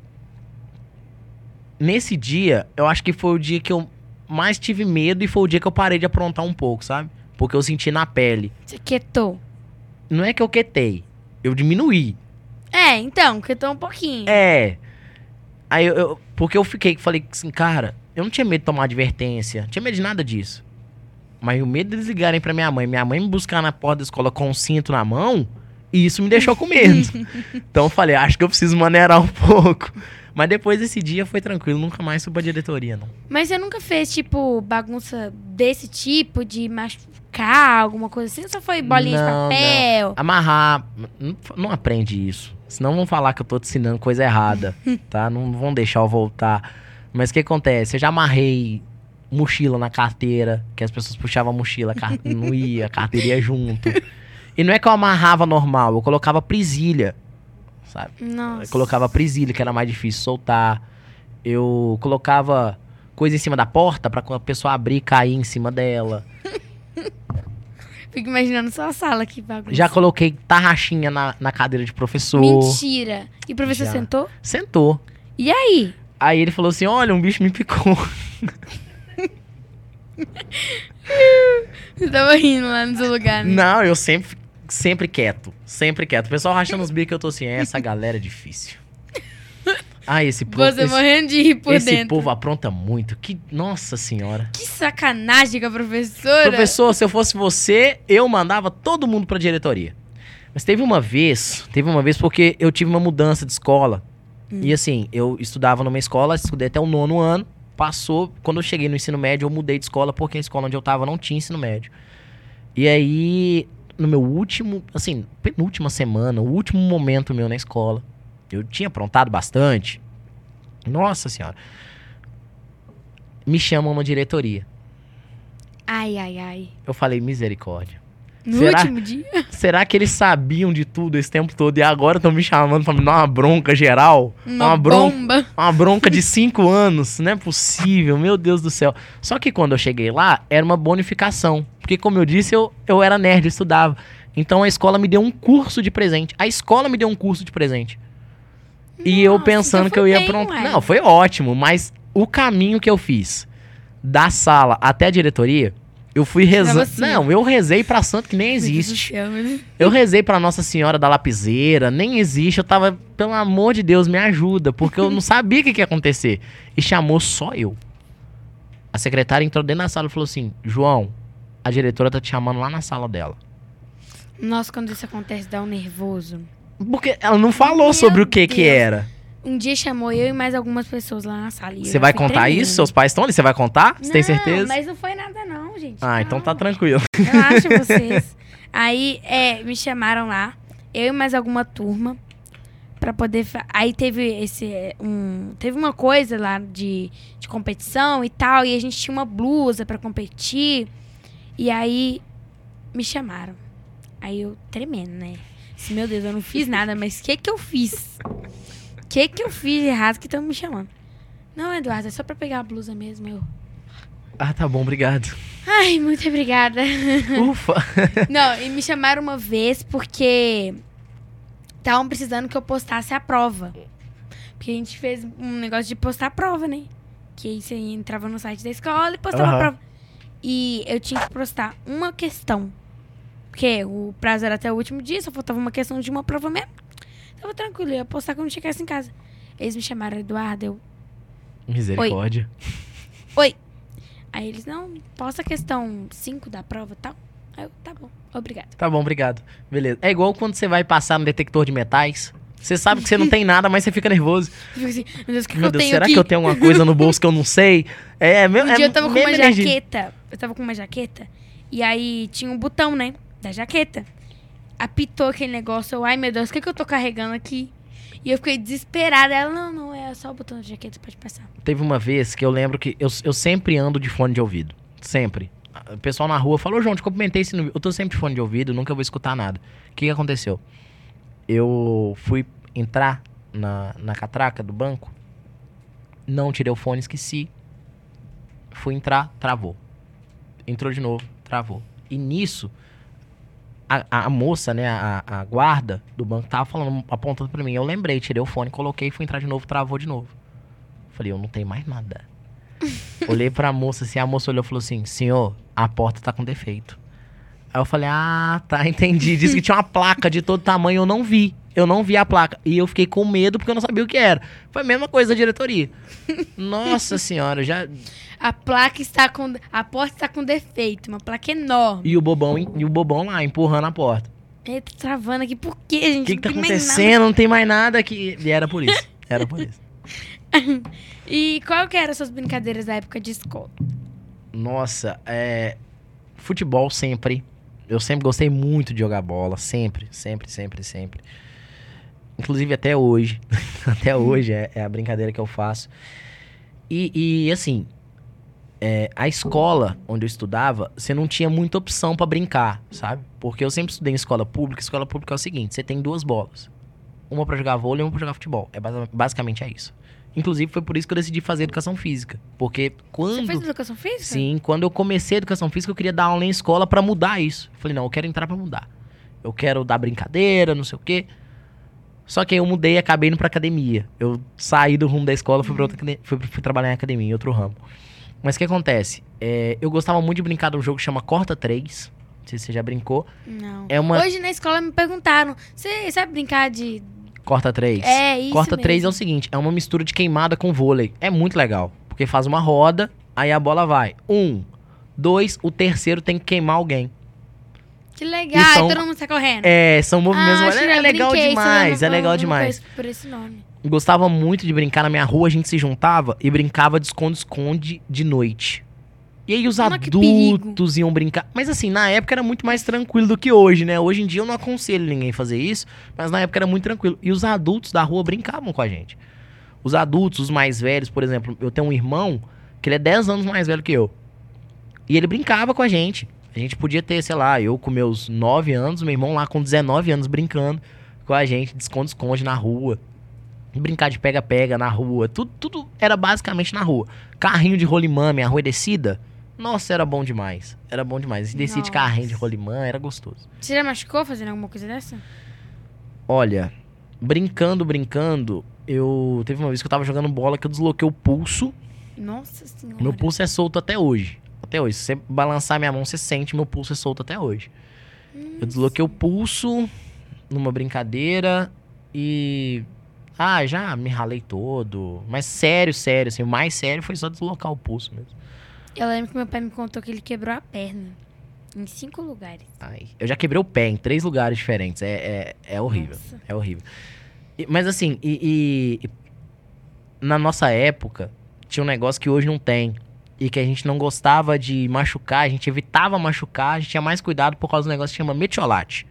Nesse dia, eu acho que foi o dia que eu mais tive medo e foi o dia que eu parei de aprontar um pouco, sabe? Porque eu senti na pele. Você quietou. Não é que eu quietei, eu diminuí. É, então, quietou um pouquinho. É. Aí eu, eu- porque eu fiquei, falei assim, cara, eu não tinha medo de tomar advertência, não tinha medo de nada disso. Mas o medo de eles ligarem pra minha mãe, minha mãe me buscar na porta da escola com um cinto na mão, e isso me deixou com medo. Então eu falei, acho que eu preciso maneirar um pouco. Mas depois desse dia foi tranquilo, nunca mais fui pra diretoria, não. Mas você nunca fez, tipo, bagunça desse tipo, de machucar, alguma coisa assim? Ou só foi bolinha Não, de papel? Amarrar, não, não aprende isso. Senão vão falar que eu tô te ensinando coisa errada, tá? Não vão deixar eu voltar. Mas o que acontece? Eu já amarrei mochila na carteira, que as pessoas puxavam a mochila, a car- não ia, a carteira ia junto. E não é que eu amarrava normal, eu colocava presilha, sabe? Nossa. Eu colocava presilha, que era mais difícil soltar. Eu colocava coisa em cima da porta pra quando a pessoa abrir e cair em cima dela. Fico imaginando só a sala que bagunça. Já coloquei tarraxinha na, na cadeira de professor. Mentira. E o professor Já. sentou? Sentou. E aí? Aí ele falou assim, olha, um bicho me picou. Você tava rindo lá no seu lugar, né? Não, eu sempre, sempre quieto. Sempre quieto. O pessoal rachando os bicos, eu tô assim, essa galera é difícil. Ah, esse povo... Você esse, morrendo de rir por esse dentro. povo apronta muito. Que, nossa senhora. Que sacanagem com a professora. Professor, se eu fosse você, eu mandava todo mundo pra diretoria. Mas teve uma vez, teve uma vez porque eu tive uma mudança de escola. Hum. E assim, eu estudava numa escola, estudei até o nono ano. Passou, quando eu cheguei no ensino médio, eu mudei de escola porque a escola onde eu tava não tinha ensino médio. E aí, no meu último, assim, penúltima semana, o último momento meu na escola, eu tinha aprontado bastante. Nossa senhora. Me chamam na diretoria. Ai, ai, ai. Eu falei, misericórdia. No Será? último dia? Será que eles sabiam de tudo esse tempo todo e agora estão me chamando pra me dar uma bronca geral? Uma, uma bronca, bomba. Uma bronca de cinco anos. Não é possível, meu Deus do céu. Só que quando eu cheguei lá, era uma bonificação. Porque, como eu disse, eu, eu era nerd, eu estudava. Então a escola me deu um curso de presente. A escola me deu um curso de presente. E eu Nossa, pensando então que eu foi ia bem, pronto. ué. Não, foi ótimo, mas o caminho que eu fiz da sala até a diretoria, eu fui rezando. assim, Não, eu rezei pra santo que nem existe. Eu rezei pra Nossa Senhora da Lapiseira, nem existe. Eu tava, pelo amor de Deus, me ajuda, porque eu não sabia o que, que ia acontecer. E chamou só eu. A secretária entrou dentro da sala e falou assim: João, a diretora tá te chamando lá na sala dela. Nossa, quando isso acontece, dá um nervoso. Porque ela não falou Meu sobre o que que Deus. era. Um dia chamou eu e mais algumas pessoas lá na sala. e eu Você já vai fui contar tremendo. isso? Seus pais estão ali? Você vai contar? Você tem certeza? Não, mas não foi nada não, gente. Ah, não. então tá tranquilo. Relaxa vocês. Aí, é, me chamaram lá, eu e mais alguma turma, pra poder... fa- Aí teve esse... é, Um, teve uma coisa lá de, de competição e tal, e a gente tinha uma blusa pra competir. E aí, me chamaram. Aí eu tremendo, né? Assim, meu Deus, eu não fiz nada, mas o que que eu fiz? O que que eu fiz de errado que estão me chamando? Não, Eduardo, é só pra pegar a blusa mesmo, eu... Ah, tá bom, obrigado. Ai, muito obrigada. Ufa. Não, e me chamaram uma vez porque estavam precisando que eu postasse a prova. Porque a gente fez um negócio de postar a prova, né? Que aí você entrava no site da escola e postava Aham. a prova. E eu tinha que postar uma questão. Porque o prazo era até o último dia, só faltava uma questão de uma prova mesmo. Tava tranquilo, eu ia postar quando chegasse em casa. Eles me chamaram, Eduardo, eu... Misericórdia. Oi. Aí eles, não, posta a questão cinco da prova e tal. Aí eu, tá bom, obrigado. Tá bom, obrigado. Beleza. É igual quando você vai passar no detector de metais. Você sabe que você não tem nada, mas você fica nervoso. Eu fico assim, meu Deus, o que, Meu que Deus, eu tenho será aqui? que eu tenho alguma coisa no bolso que eu não sei? É, meu, Um é dia eu tava com mesma uma energia. jaqueta. Eu tava com uma jaqueta. E aí tinha um botão, né? Da jaqueta. Apitou aquele negócio. Eu, ai meu Deus, o que, que eu tô carregando aqui? E eu fiquei desesperada. Ela, não, não, é só o botão da jaqueta, pode passar. Teve uma vez que eu lembro que eu, eu sempre ando de fone de ouvido. Sempre. O pessoal na rua falou, João, te cumprimentei. Se não... Eu tô sempre de fone de ouvido, nunca vou escutar nada. O que, que aconteceu? Eu fui entrar na, na catraca do banco, não tirei o fone, esqueci. Fui entrar, travou. Entrou de novo, travou. E nisso, a, a, a moça, né, a, a guarda do banco tava falando, apontando pra mim. Eu lembrei, tirei o fone, coloquei, fui entrar de novo, travou de novo. Falei, eu não tenho mais nada. Olhei pra moça assim, a moça olhou e falou assim, senhor, a porta tá com defeito. Aí eu falei, ah, tá, entendi. Disse que tinha uma placa de todo tamanho, eu não vi. Eu não vi a placa. E eu fiquei com medo porque eu não sabia o que era. Foi a mesma coisa da diretoria. Nossa senhora, já... A placa está com... A porta está com defeito. Uma placa enorme. E o bobão, e o bobão lá, empurrando a porta. Eita, travando aqui. Por quê, gente? O que que tá Não tem mais acontecendo? Não tem mais nada aqui. E era por isso. Era por isso. nada. E qual que eram as suas brincadeiras da época de escola? Nossa, é... Futebol sempre. Eu sempre gostei muito de jogar bola. Sempre, sempre, sempre, sempre. Inclusive até hoje. Até hoje é, é a brincadeira que eu faço. E, e assim, é, a escola onde eu estudava, você não tinha muita opção pra brincar, sabe? Porque eu sempre estudei em escola pública. Escola pública é o seguinte, você tem duas bolas. Uma pra jogar vôlei e uma pra jogar futebol. É basi- basicamente é isso. Inclusive foi por isso que eu decidi fazer educação física. Porque quando... Você fez educação física? Sim, quando eu comecei a educação física, eu queria dar aula em escola pra mudar isso. Falei, não, eu quero entrar pra mudar. Eu quero dar brincadeira, não sei o quê. Só que aí eu mudei e acabei indo pra academia. Eu saí do rumo da escola, fui, pra outra, acade- fui, fui trabalhar em academia, em outro ramo. Mas o que acontece? É, eu gostava muito de brincar de um jogo que chama Corta três. Não sei se você já brincou. Não. É uma... Hoje na escola me perguntaram, você sabe brincar de... Corta três. É, isso Corta três é o mesmo. seguinte, é uma mistura de queimada com vôlei. É muito legal. Porque faz uma roda, aí a bola vai. Um, dois, o terceiro tem que queimar alguém. Que legal, E são- aí todo mundo tá correndo. É, são movimentos... Ah, acho que é, já é legal brinquei, isso eu demais, não- é legal eu não demais. conheço por esse nome. Gostava muito de brincar na minha rua, a gente se juntava e brincava de esconde-esconde de noite. E aí os Ah, que adultos iam brincar. Mas assim, na época era muito mais tranquilo do que hoje, né? Hoje em dia eu não aconselho ninguém a fazer isso, mas na época era muito tranquilo. E os adultos da rua brincavam com a gente. Os adultos, os mais velhos, por exemplo, eu tenho um irmão que ele é dez anos mais velho que eu. E ele brincava com a gente. A gente podia ter, sei lá, eu com meus nove anos, meu irmão lá com dezenove anos brincando com a gente, de esconde-esconde na rua. Brincar de pega-pega na rua. Tudo, tudo era basicamente na rua. Carrinho de rolimã, minha rua é descida. Nossa, era bom demais. Era bom demais. E descer de carrinho de rolimã era gostoso. Você já machucou fazendo alguma coisa dessa? Olha, brincando, brincando, eu... Teve uma vez que eu tava jogando bola que eu desloquei o pulso. Nossa senhora. Meu pulso é solto até hoje. Até hoje. Se você balançar minha mão, você sente meu pulso é solto até hoje. Hum, eu desloquei sim. o pulso numa brincadeira e... Ah, já me ralei todo. Mas sério, sério, assim, o mais sério foi só deslocar o pulso mesmo. Eu lembro que meu pai me contou que ele quebrou a perna. Em cinco lugares. Ai, eu já quebrei o pé em três lugares diferentes. É, é, é horrível. Nossa. É horrível. E, mas assim, e, e na nossa época, tinha um negócio que hoje não tem. E que a gente não gostava de machucar, a gente evitava machucar, a gente tinha mais cuidado por causa do negócio que chama metiolate.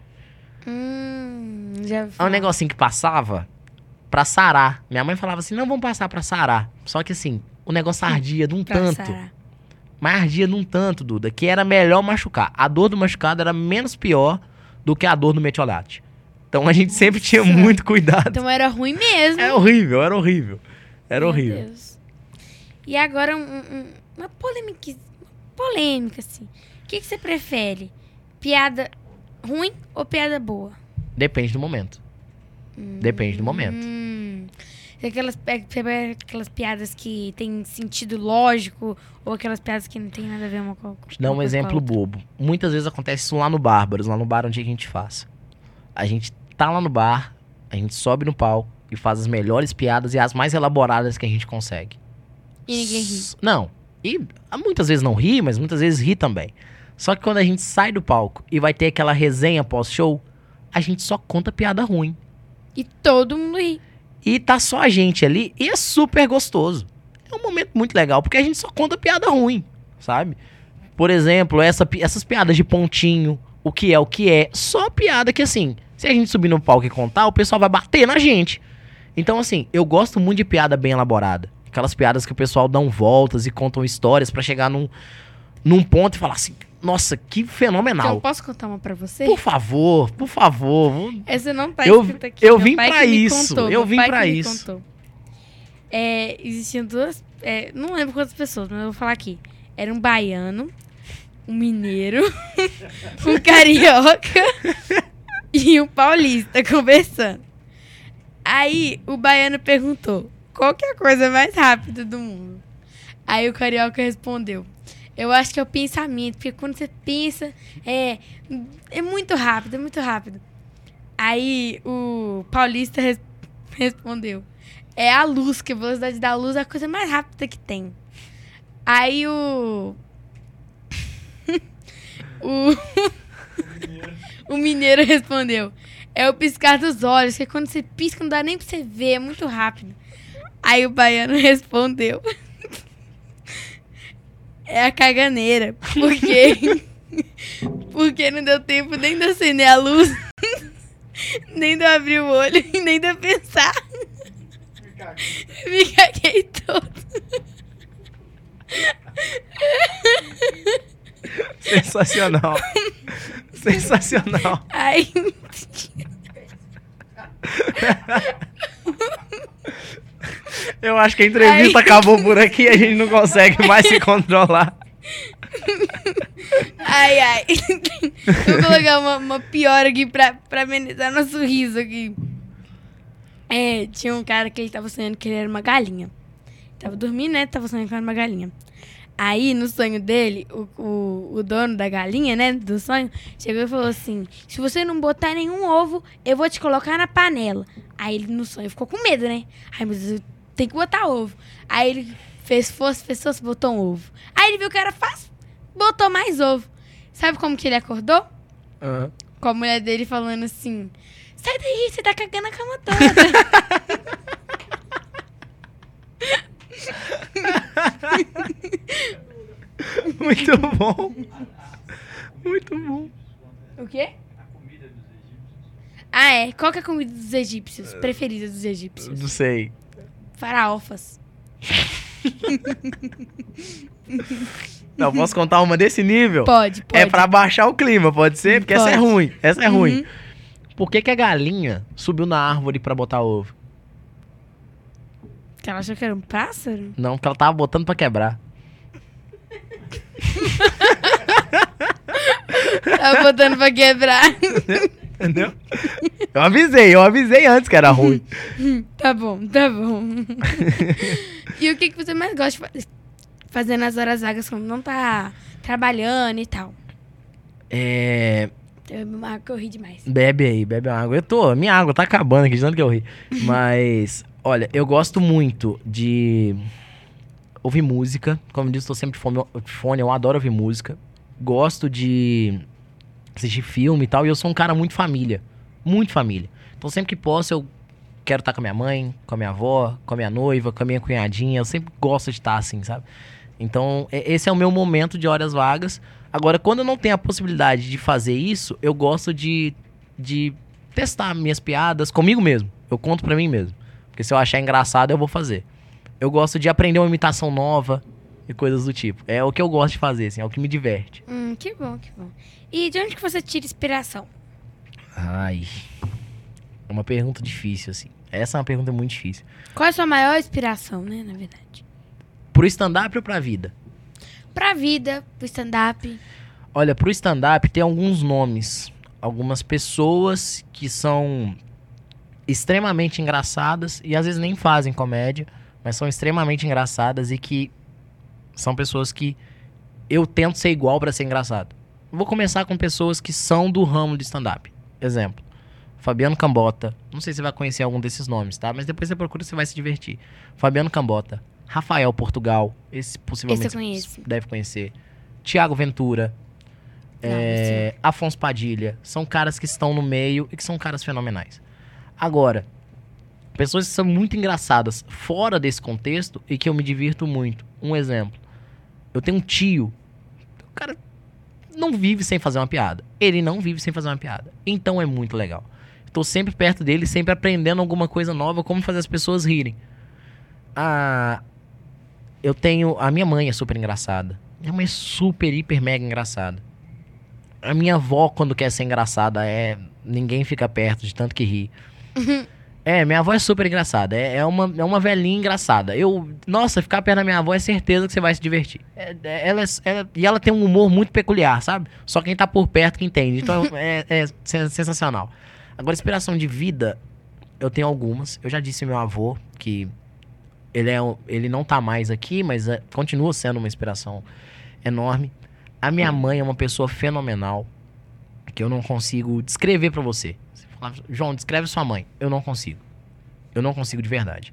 Hum, já vi. É um negocinho que passava pra sarar. Minha mãe falava assim, não, vamos passar pra sarar. Só que assim, o negócio ardia de um tanto. Sarar. Mas ardia de um tanto, Duda, que era melhor machucar. A dor do machucado era menos pior do que a dor do metiolate. Então a gente Nossa. sempre tinha muito cuidado. Então era ruim mesmo. Era horrível, era horrível. Era Meu horrível. Deus. E agora um, um, uma polêmica, uma polêmica, assim. O que, que você prefere? Piada ruim ou piada boa? Depende do momento. Hum, Depende do momento. Hum. Aquelas, aquelas piadas que tem sentido lógico ou aquelas piadas que não tem nada a ver uma com a outra. Vou te dar um exemplo bobo. Muitas vezes acontece isso lá no Bárbaros, lá no bar onde a gente faz. A gente tá lá no bar, a gente sobe no palco e faz as melhores piadas e as mais elaboradas que a gente consegue. E ninguém ri. Não. E muitas vezes não ri, mas muitas vezes ri também. Só que quando a gente sai do palco e vai ter aquela resenha pós-show, a gente só conta piada ruim. E todo mundo ri. E tá só a gente ali e é super gostoso. É um momento muito legal, porque a gente só conta piada ruim, sabe? Por exemplo, essa, essas piadas de pontinho, o que é o que é, só piada que assim, se a gente subir no palco e contar, o pessoal vai bater na gente. Então assim, eu gosto muito de piada bem elaborada. Aquelas piadas que o pessoal dão voltas e contam histórias pra chegar num, num ponto e falar assim, nossa, que fenomenal. Então, eu posso contar uma pra você? Por favor, por favor. Essa não tá eu, escrita aqui. Eu Meu vim pai pra isso. Contou, eu vim pra isso. Contou. É, existiam duas... É, não lembro quantas pessoas, mas eu vou falar aqui. Era um baiano, um mineiro, um carioca e um paulista conversando. Aí, o baiano perguntou, qual que é a coisa mais rápida do mundo? Aí o carioca respondeu, eu acho que é o pensamento, porque quando você pensa, é, é muito rápido, é muito rápido. Aí o paulista res, respondeu, é a luz, que a velocidade da luz é a coisa mais rápida que tem. Aí o... o... o mineiro respondeu, é o piscar dos olhos, que quando você pisca não dá nem pra você ver, é muito rápido. Aí o baiano respondeu, é a caganeira, porque, porque não deu tempo nem de acender a luz, nem de eu abrir o olho, e nem de eu pensar. Me caguei todo. Sensacional. Sensacional. Ai. Eu acho que a entrevista Ai. acabou por aqui e a gente não consegue mais se controlar. Ai, ai. Vou colocar uma, uma pior aqui pra, pra amenizar nosso riso aqui. É, tinha um cara que ele tava sonhando que ele era uma galinha. Tava dormindo, né? Tava sonhando que era uma galinha. Aí, no sonho dele, o, o, o dono da galinha, né, do sonho, chegou e falou assim, se você não botar nenhum ovo, eu vou te colocar na panela. Aí ele, no sonho, ficou com medo, né? Ai, meu Deus, tem que botar ovo. Aí ele fez força, fez força, botou um ovo. Aí ele viu que era fácil, botou mais ovo. Sabe como que ele acordou? Uhum. Com a mulher dele falando assim, sai daí, você tá cagando a cama toda. Muito bom. Muito bom. O quê? A comida dos egípcios. Ah, é. Qual que é a comida dos egípcios? Preferida dos egípcios? Não sei. Faraofas. Não, posso contar uma desse nível? Pode, pode. É pra baixar o clima, pode ser? Porque Pode. essa é ruim, essa é Uhum. ruim. Por que que a galinha subiu na árvore pra botar ovo? Que ela achou que era um pássaro? Não, porque ela tava botando pra quebrar. Tava botando pra quebrar. Entendeu? Eu avisei, eu avisei antes que era ruim. Tá bom, tá bom. E o que, que você mais gosta de fa- fazer nas horas vagas quando não tá trabalhando e tal? É... Eu bebi uma água que eu ri demais. Bebe aí, bebe uma água. Eu tô, minha água tá acabando aqui, de tanto que eu ri. Mas, olha, eu gosto muito de ouvir música. Como eu disse, tô sempre de fone, fone, eu adoro ouvir música. Gosto de assistir filme e tal. E eu sou um cara muito família. Muito família. Então sempre que posso, eu quero estar com a minha mãe, com a minha avó, com a minha noiva, com a minha cunhadinha. Eu sempre gosto de estar assim, sabe? Então, e- esse é o meu momento de horas vagas. Agora, quando eu não tenho a possibilidade de fazer isso, eu gosto de, de testar minhas piadas comigo mesmo. Eu conto pra mim mesmo. Porque se eu achar engraçado, eu vou fazer. Eu gosto de aprender uma imitação nova e coisas do tipo. É o que eu gosto de fazer, assim, é o que me diverte. Hum, que bom, que bom. E de onde que você tira inspiração? Ai. É uma pergunta difícil, assim. Essa é uma pergunta muito difícil. Qual é a sua maior inspiração, né, na verdade? Pro stand-up ou pra vida? Pra vida, pro stand-up. Olha, pro stand-up tem alguns nomes. Algumas pessoas que são extremamente engraçadas e às vezes nem fazem comédia, mas são extremamente engraçadas e que são pessoas que eu tento ser igual pra ser engraçado. Vou começar com pessoas que são do ramo do stand-up. Exemplo, Fabiano Cambota. Não sei se você vai conhecer algum desses nomes, tá? Mas depois você procura, você vai se divertir. Fabiano Cambota. Rafael Portugal. Esse possivelmente Esse eu conheço. você deve conhecer. Tiago Ventura. Não, é, Afonso Padilha. São caras que estão no meio e que são caras fenomenais. Agora, pessoas que são muito engraçadas fora desse contexto e que eu me divirto muito. Um exemplo. Eu tenho um tio. O cara não vive sem fazer uma piada. Ele não vive sem fazer uma piada. Então é muito legal. Tô sempre perto dele, sempre aprendendo alguma coisa nova, como fazer as pessoas rirem. Ah, eu tenho... A minha mãe é super engraçada. Minha mãe é super, hiper, mega engraçada. A minha avó, quando quer ser engraçada, é... Ninguém fica perto de tanto que ri. É, minha avó é super engraçada. É, é, uma, é uma velhinha engraçada. Eu... Nossa, ficar perto da minha avó é certeza que você vai se divertir. É, é- ela, é- ela- e ela tem um humor muito peculiar, sabe? Só quem tá por perto que entende. Então é, é sen- sensacional. Agora, inspiração de vida, eu tenho algumas. Eu já disse ao meu avô que ele, é, um- ele não tá mais aqui, mas é, continua sendo uma inspiração enorme. A minha mãe é uma pessoa fenomenal que eu não consigo descrever pra você. Você fala, João, descreve sua mãe. Eu não consigo. Eu não consigo de verdade.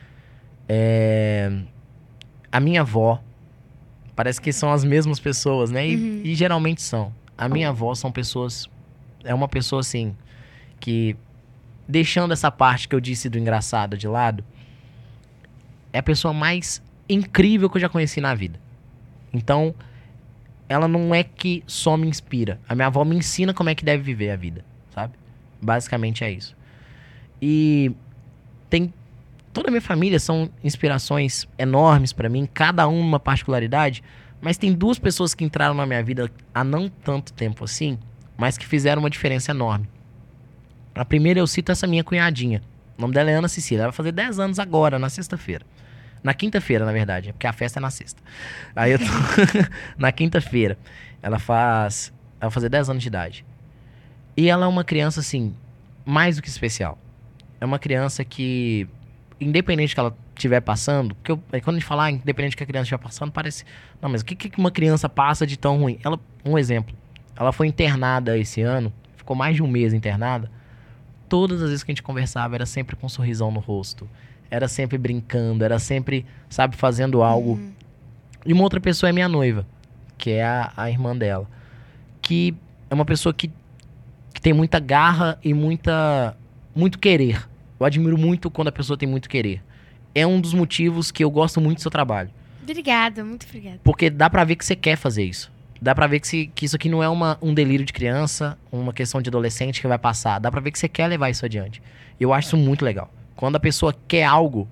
É, A minha avó, parece que são as mesmas pessoas, né? E, Uhum. e geralmente são. A minha avó são pessoas... É uma pessoa, assim, que... Deixando essa parte que eu disse do engraçado de lado, é a pessoa mais incrível que eu já conheci na vida. Então, ela não é que só me inspira. A minha avó me ensina como é que deve viver a vida, sabe? Basicamente é isso. E tem... Toda a minha família são inspirações enormes pra mim, cada um uma particularidade, mas tem duas pessoas que entraram na minha vida há não tanto tempo assim, mas que fizeram uma diferença enorme. A primeira eu cito essa minha cunhadinha. O nome dela é Ana Cecília. Ela vai fazer dez anos agora, na sexta-feira. Na quinta-feira, na verdade, porque a festa é na sexta. Aí eu tô... na quinta-feira. Ela faz... Ela vai fazer dez anos de idade. E ela é uma criança, assim, mais do que especial. É uma criança que, independente do que ela estiver passando, porque eu, aí quando a gente fala, ah, independente do que a criança estiver passando, parece... Não, mas o que, que uma criança passa de tão ruim? Ela, um exemplo. Ela foi internada esse ano, ficou mais de um mês internada. Todas as vezes que a gente conversava, era sempre com um sorrisão no rosto. Era sempre brincando, era sempre, sabe, fazendo algo. E uma outra pessoa é minha noiva, que é a, a irmã dela. Que é uma pessoa que, que tem muita garra e muita, muito querer. Eu admiro muito quando a pessoa tem muito querer. É um dos motivos que eu gosto muito do seu trabalho. Obrigada, muito obrigada. Porque dá pra ver que você quer fazer isso. Dá pra ver que, se, que isso aqui não é uma, um delírio de criança, uma questão de adolescente que vai passar. Dá pra ver que você quer levar isso adiante. Eu acho isso muito legal. Quando a pessoa quer algo,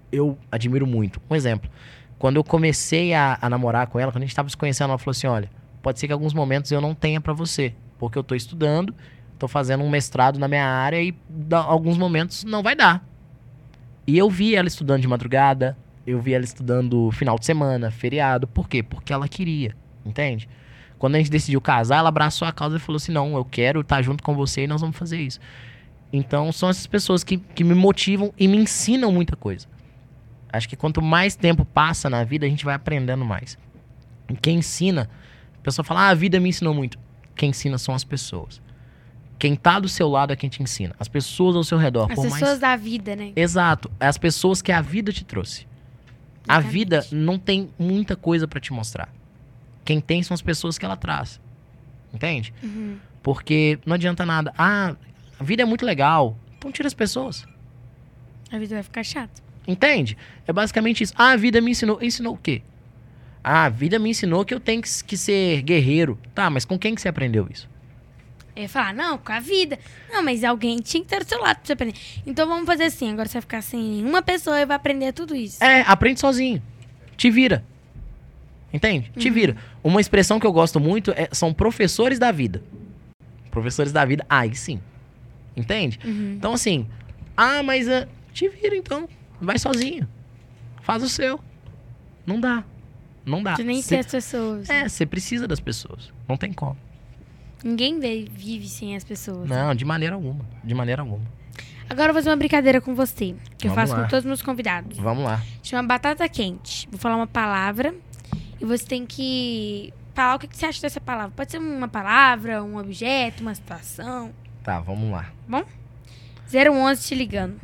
eu admiro muito. Um exemplo. Quando eu comecei a, a namorar com ela, quando a gente tava se conhecendo, ela falou assim, olha, pode ser que em alguns momentos eu não tenha pra você. Porque eu tô estudando, tô fazendo um mestrado na minha área e em alguns momentos não vai dar. E eu vi ela estudando de madrugada, eu vi ela estudando final de semana, feriado. Por quê? Porque ela queria, entende? Quando a gente decidiu casar, ela abraçou a causa e falou assim, não, eu quero estar junto com você e nós vamos fazer isso. Então, são essas pessoas que, que me motivam e me ensinam muita coisa. Acho que quanto mais tempo passa na vida, a gente vai aprendendo mais. E quem ensina, a pessoa fala, ah, a vida me ensinou muito. Quem ensina são as pessoas. Quem tá do seu lado é quem te ensina. As pessoas ao seu redor. As por pessoas mais... da vida, né? Exato. As pessoas que a vida te trouxe. A Exatamente. vida não tem muita coisa pra te mostrar. Quem tem são as pessoas que ela traz. Entende? Uhum. Porque não adianta nada. Ah, a vida é muito legal. Então tira as pessoas. A vida vai ficar chata. Entende? É basicamente isso. Ah, a vida me ensinou. Ensinou o quê? Ah, a vida me ensinou que eu tenho que, que ser guerreiro. Tá, mas com quem que você aprendeu isso? Eu ia falar, não, com a vida. Não, mas alguém tinha que estar do seu lado pra você aprender. Então vamos fazer assim, agora você vai ficar sem nenhuma pessoa e vai aprender tudo isso. É, aprende sozinho. Te vira. Entende? Te Uhum. vira. Uma expressão que eu gosto muito é, são professores da vida. Professores da vida, aí sim. Entende? Uhum. Então assim, ah, mas uh, te vira então. Vai sozinho. Faz o seu. Não dá. Não dá. Tu nem Cê- sei as pessoas. É, você precisa das pessoas. Não tem como. Ninguém vê- vive sem as pessoas. Não, de maneira alguma. De maneira alguma. Agora eu vou fazer uma brincadeira com você. Que eu Vamos faço lá. com todos os meus convidados. Vamos lá. Chama batata quente. Vou falar uma palavra e você tem que falar o que que você acha dessa palavra. Pode ser uma palavra, um objeto, uma situação. Tá, vamos lá. zero onze te ligando.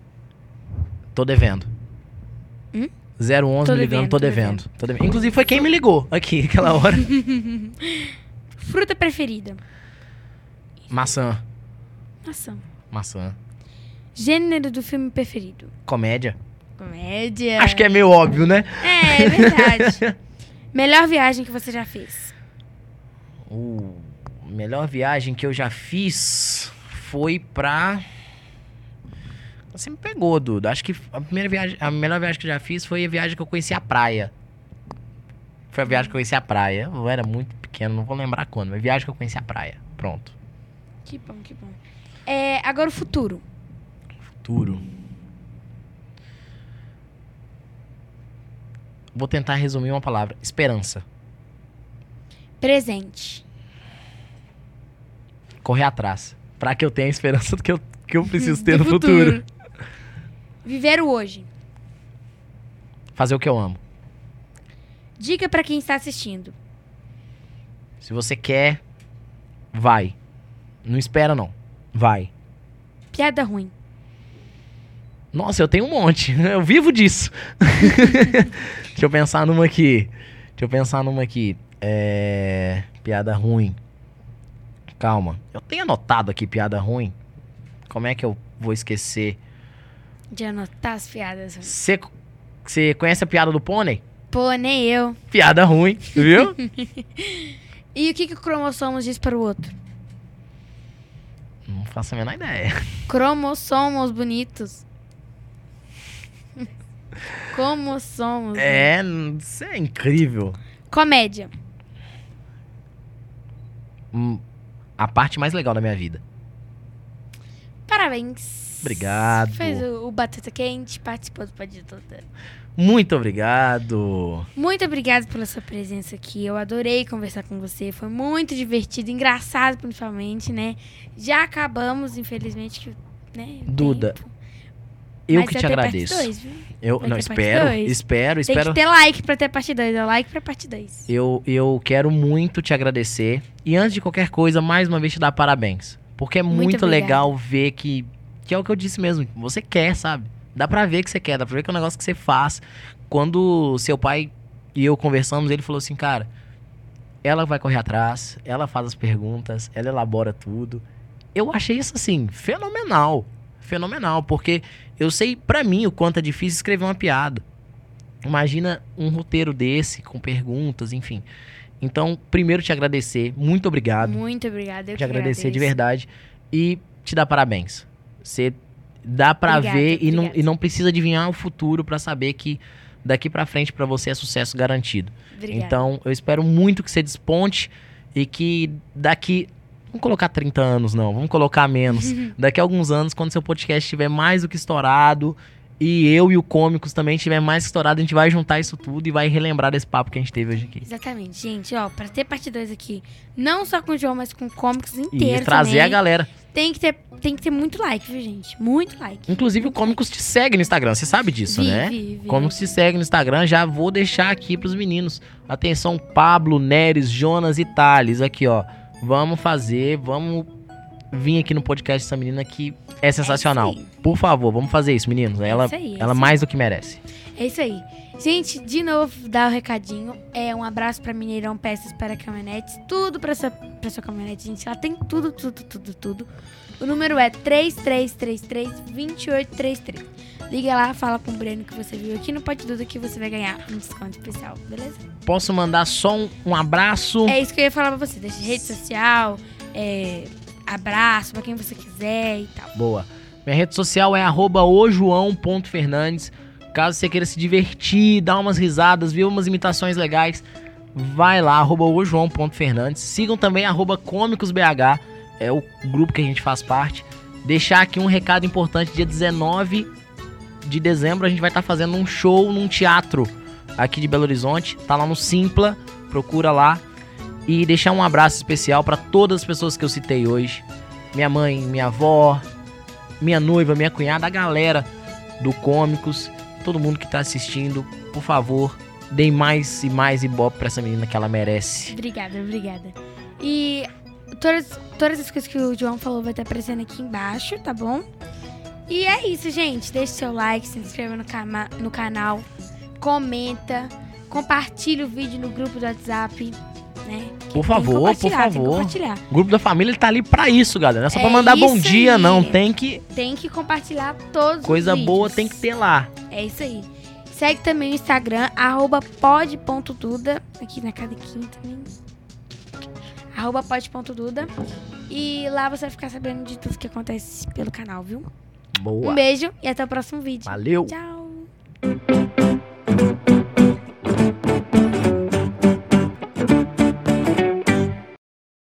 Tô devendo. Hum? zero onze Tô me ligando, devendo, tô tô devendo. Tô devendo. Inclusive foi quem me ligou aqui, aquela hora. Fruta preferida. Maçã. Maçã. Maçã. Gênero do filme preferido. Comédia. Comédia. Acho que é meio óbvio, né? É, é verdade. Melhor viagem que você já fez. Uh, melhor viagem que eu já fiz foi pra... Você me pegou, Duda. Acho que a primeira viagem, a melhor viagem que eu já fiz foi a viagem que eu conheci a praia. Foi a viagem que eu conheci a praia. Eu era muito pequeno, não vou lembrar quando, mas a viagem que eu conheci a praia. Pronto. Que bom, que bom. É, agora o futuro. Futuro. Vou tentar resumir uma palavra. Esperança. Presente. Correr atrás. Pra que eu tenha a esperança do que eu, que eu preciso ter no futuro. Viver o hoje. Fazer o que eu amo. Dica pra quem está assistindo. Se você quer, vai. Não espera, não. Vai. Piada ruim. Nossa, eu tenho um monte. Eu vivo disso. Deixa eu pensar numa aqui. Deixa eu pensar numa aqui. É... Piada ruim. Calma. Eu tenho anotado aqui piada ruim. Como é que eu vou esquecer? De anotar as piadas ruins. Você você conhece a piada do pônei? Pô, nem eu. Piada ruim, viu? E o que, que o cromossomos diz para o outro? Não faço a menor ideia. Cromossomos bonitos. Como somos. né? É, isso é incrível. Comédia. Hum, A parte mais legal da minha vida. Parabéns. Obrigado. Fez o, o Batata Quente, participou do Pode Tudo. Muito obrigado. Muito obrigada pela sua presença aqui. Eu adorei conversar com você. Foi muito divertido, engraçado principalmente, né? Já acabamos, infelizmente, que, né? o Duda, tempo. Eu Mas que vai te ter parte agradeço. dois, viu? Eu Vai não ter parte espero, dois. espero, Tem espero. que ter like pra ter parte dois. É like pra parte dois. Eu, eu quero muito te agradecer. E antes de qualquer coisa, mais uma vez te dar parabéns. Porque é muito, Muito legal ver que, que é o que eu disse mesmo. Você quer, sabe? Dá pra ver que você quer, dá pra ver que é um negócio que você faz. Quando seu pai e eu conversamos, ele falou assim, cara, ela vai correr atrás, ela faz as perguntas, ela elabora tudo. Eu achei isso, assim, fenomenal. Fenomenal, porque eu sei pra mim o quanto é difícil escrever uma piada. Imagina um roteiro desse, com perguntas, enfim. Então, primeiro te agradecer, muito obrigado. Muito obrigada. Eu Te que agradecer de agradeço. verdade e te dar parabéns. Você Dá pra Obrigada, ver e não, obrigada. e não precisa adivinhar o futuro pra saber que daqui pra frente pra você é sucesso garantido. Obrigada. Então, eu espero muito que você desponte e que daqui... Vamos colocar trinta anos, não. Vamos colocar menos. Daqui a alguns anos, quando seu podcast estiver mais do que estourado e eu e o Cômicos também estiver mais que estourado, a gente vai juntar isso tudo e vai relembrar desse papo que a gente teve hoje aqui. Exatamente, gente, ó, pra ter parte dois aqui, não só com o João, mas com o Cômicos inteiro E trazer também, a galera. tem que ter, tem que ter muito like, viu, gente? Muito like. Inclusive, o Cômicos te segue no Instagram. Você sabe disso, Vi, né? vi, vi. Cômicos te segue no Instagram. Já vou deixar aqui pros meninos. Atenção, Pablo, Neres, Jonas e Thales. Aqui, ó. Vamos fazer, vamos vir aqui no podcast dessa menina que é sensacional. É isso aí. Por favor, vamos fazer isso, meninos. Ela, isso aí, é ela isso mais do que merece. É isso aí. Gente, de novo, dá o recadinho. É um abraço pra Mineirão Peças para Caminhonetes. Tudo pra sua, pra sua caminhonete, gente. Ela tem tudo, tudo, tudo, tudo. O número é três três três três, dois oito três três. Liga lá, fala com o Breno que você viu aqui no Pode Tudo que você vai ganhar um desconto especial, beleza? Posso mandar só um, um abraço? É isso que eu ia falar pra você. Deixa rede social, é, abraço pra quem você quiser e tal. Boa. Minha rede social é arroba ojoão.fernandes. Caso você queira se divertir, dar umas risadas, ver umas imitações legais, vai lá, arroba ojoão.fernandes. Sigam também arroba cômicosbh, é o grupo que a gente faz parte. Deixar aqui um recado importante, dia dezenove de dezembro a gente vai estar fazendo um show num teatro aqui de Belo Horizonte. Tá lá no Simpla, procura lá. E deixar um abraço especial para todas as pessoas que eu citei hoje. Minha mãe, minha avó, minha noiva, minha cunhada, a galera do Cômicos, todo mundo que tá assistindo, por favor, deem mais e mais ibope pra essa menina que ela merece. Obrigada, obrigada. E todas, todas as coisas que o João falou vai estar aparecendo aqui embaixo, tá bom? E é isso, gente. Deixe seu like, se inscreva no, cama, no canal, comenta, compartilha o vídeo no grupo do WhatsApp, né? Que Por tem que favor, por compartilhar, tem que favor. compartilhar. O grupo da família ele tá ali pra isso, galera. Não é só É pra mandar bom isso dia, aí. não. Tem que... Tem que compartilhar todos Coisa os vídeos. boa tem que ter lá. É isso aí. Segue também o Instagram, arroba pod.duda, aqui na cadequinha também. Arroba pod.duda. E lá você vai ficar sabendo de tudo que acontece pelo canal, viu? Boa. Um beijo e até o próximo vídeo. Valeu. Tchau.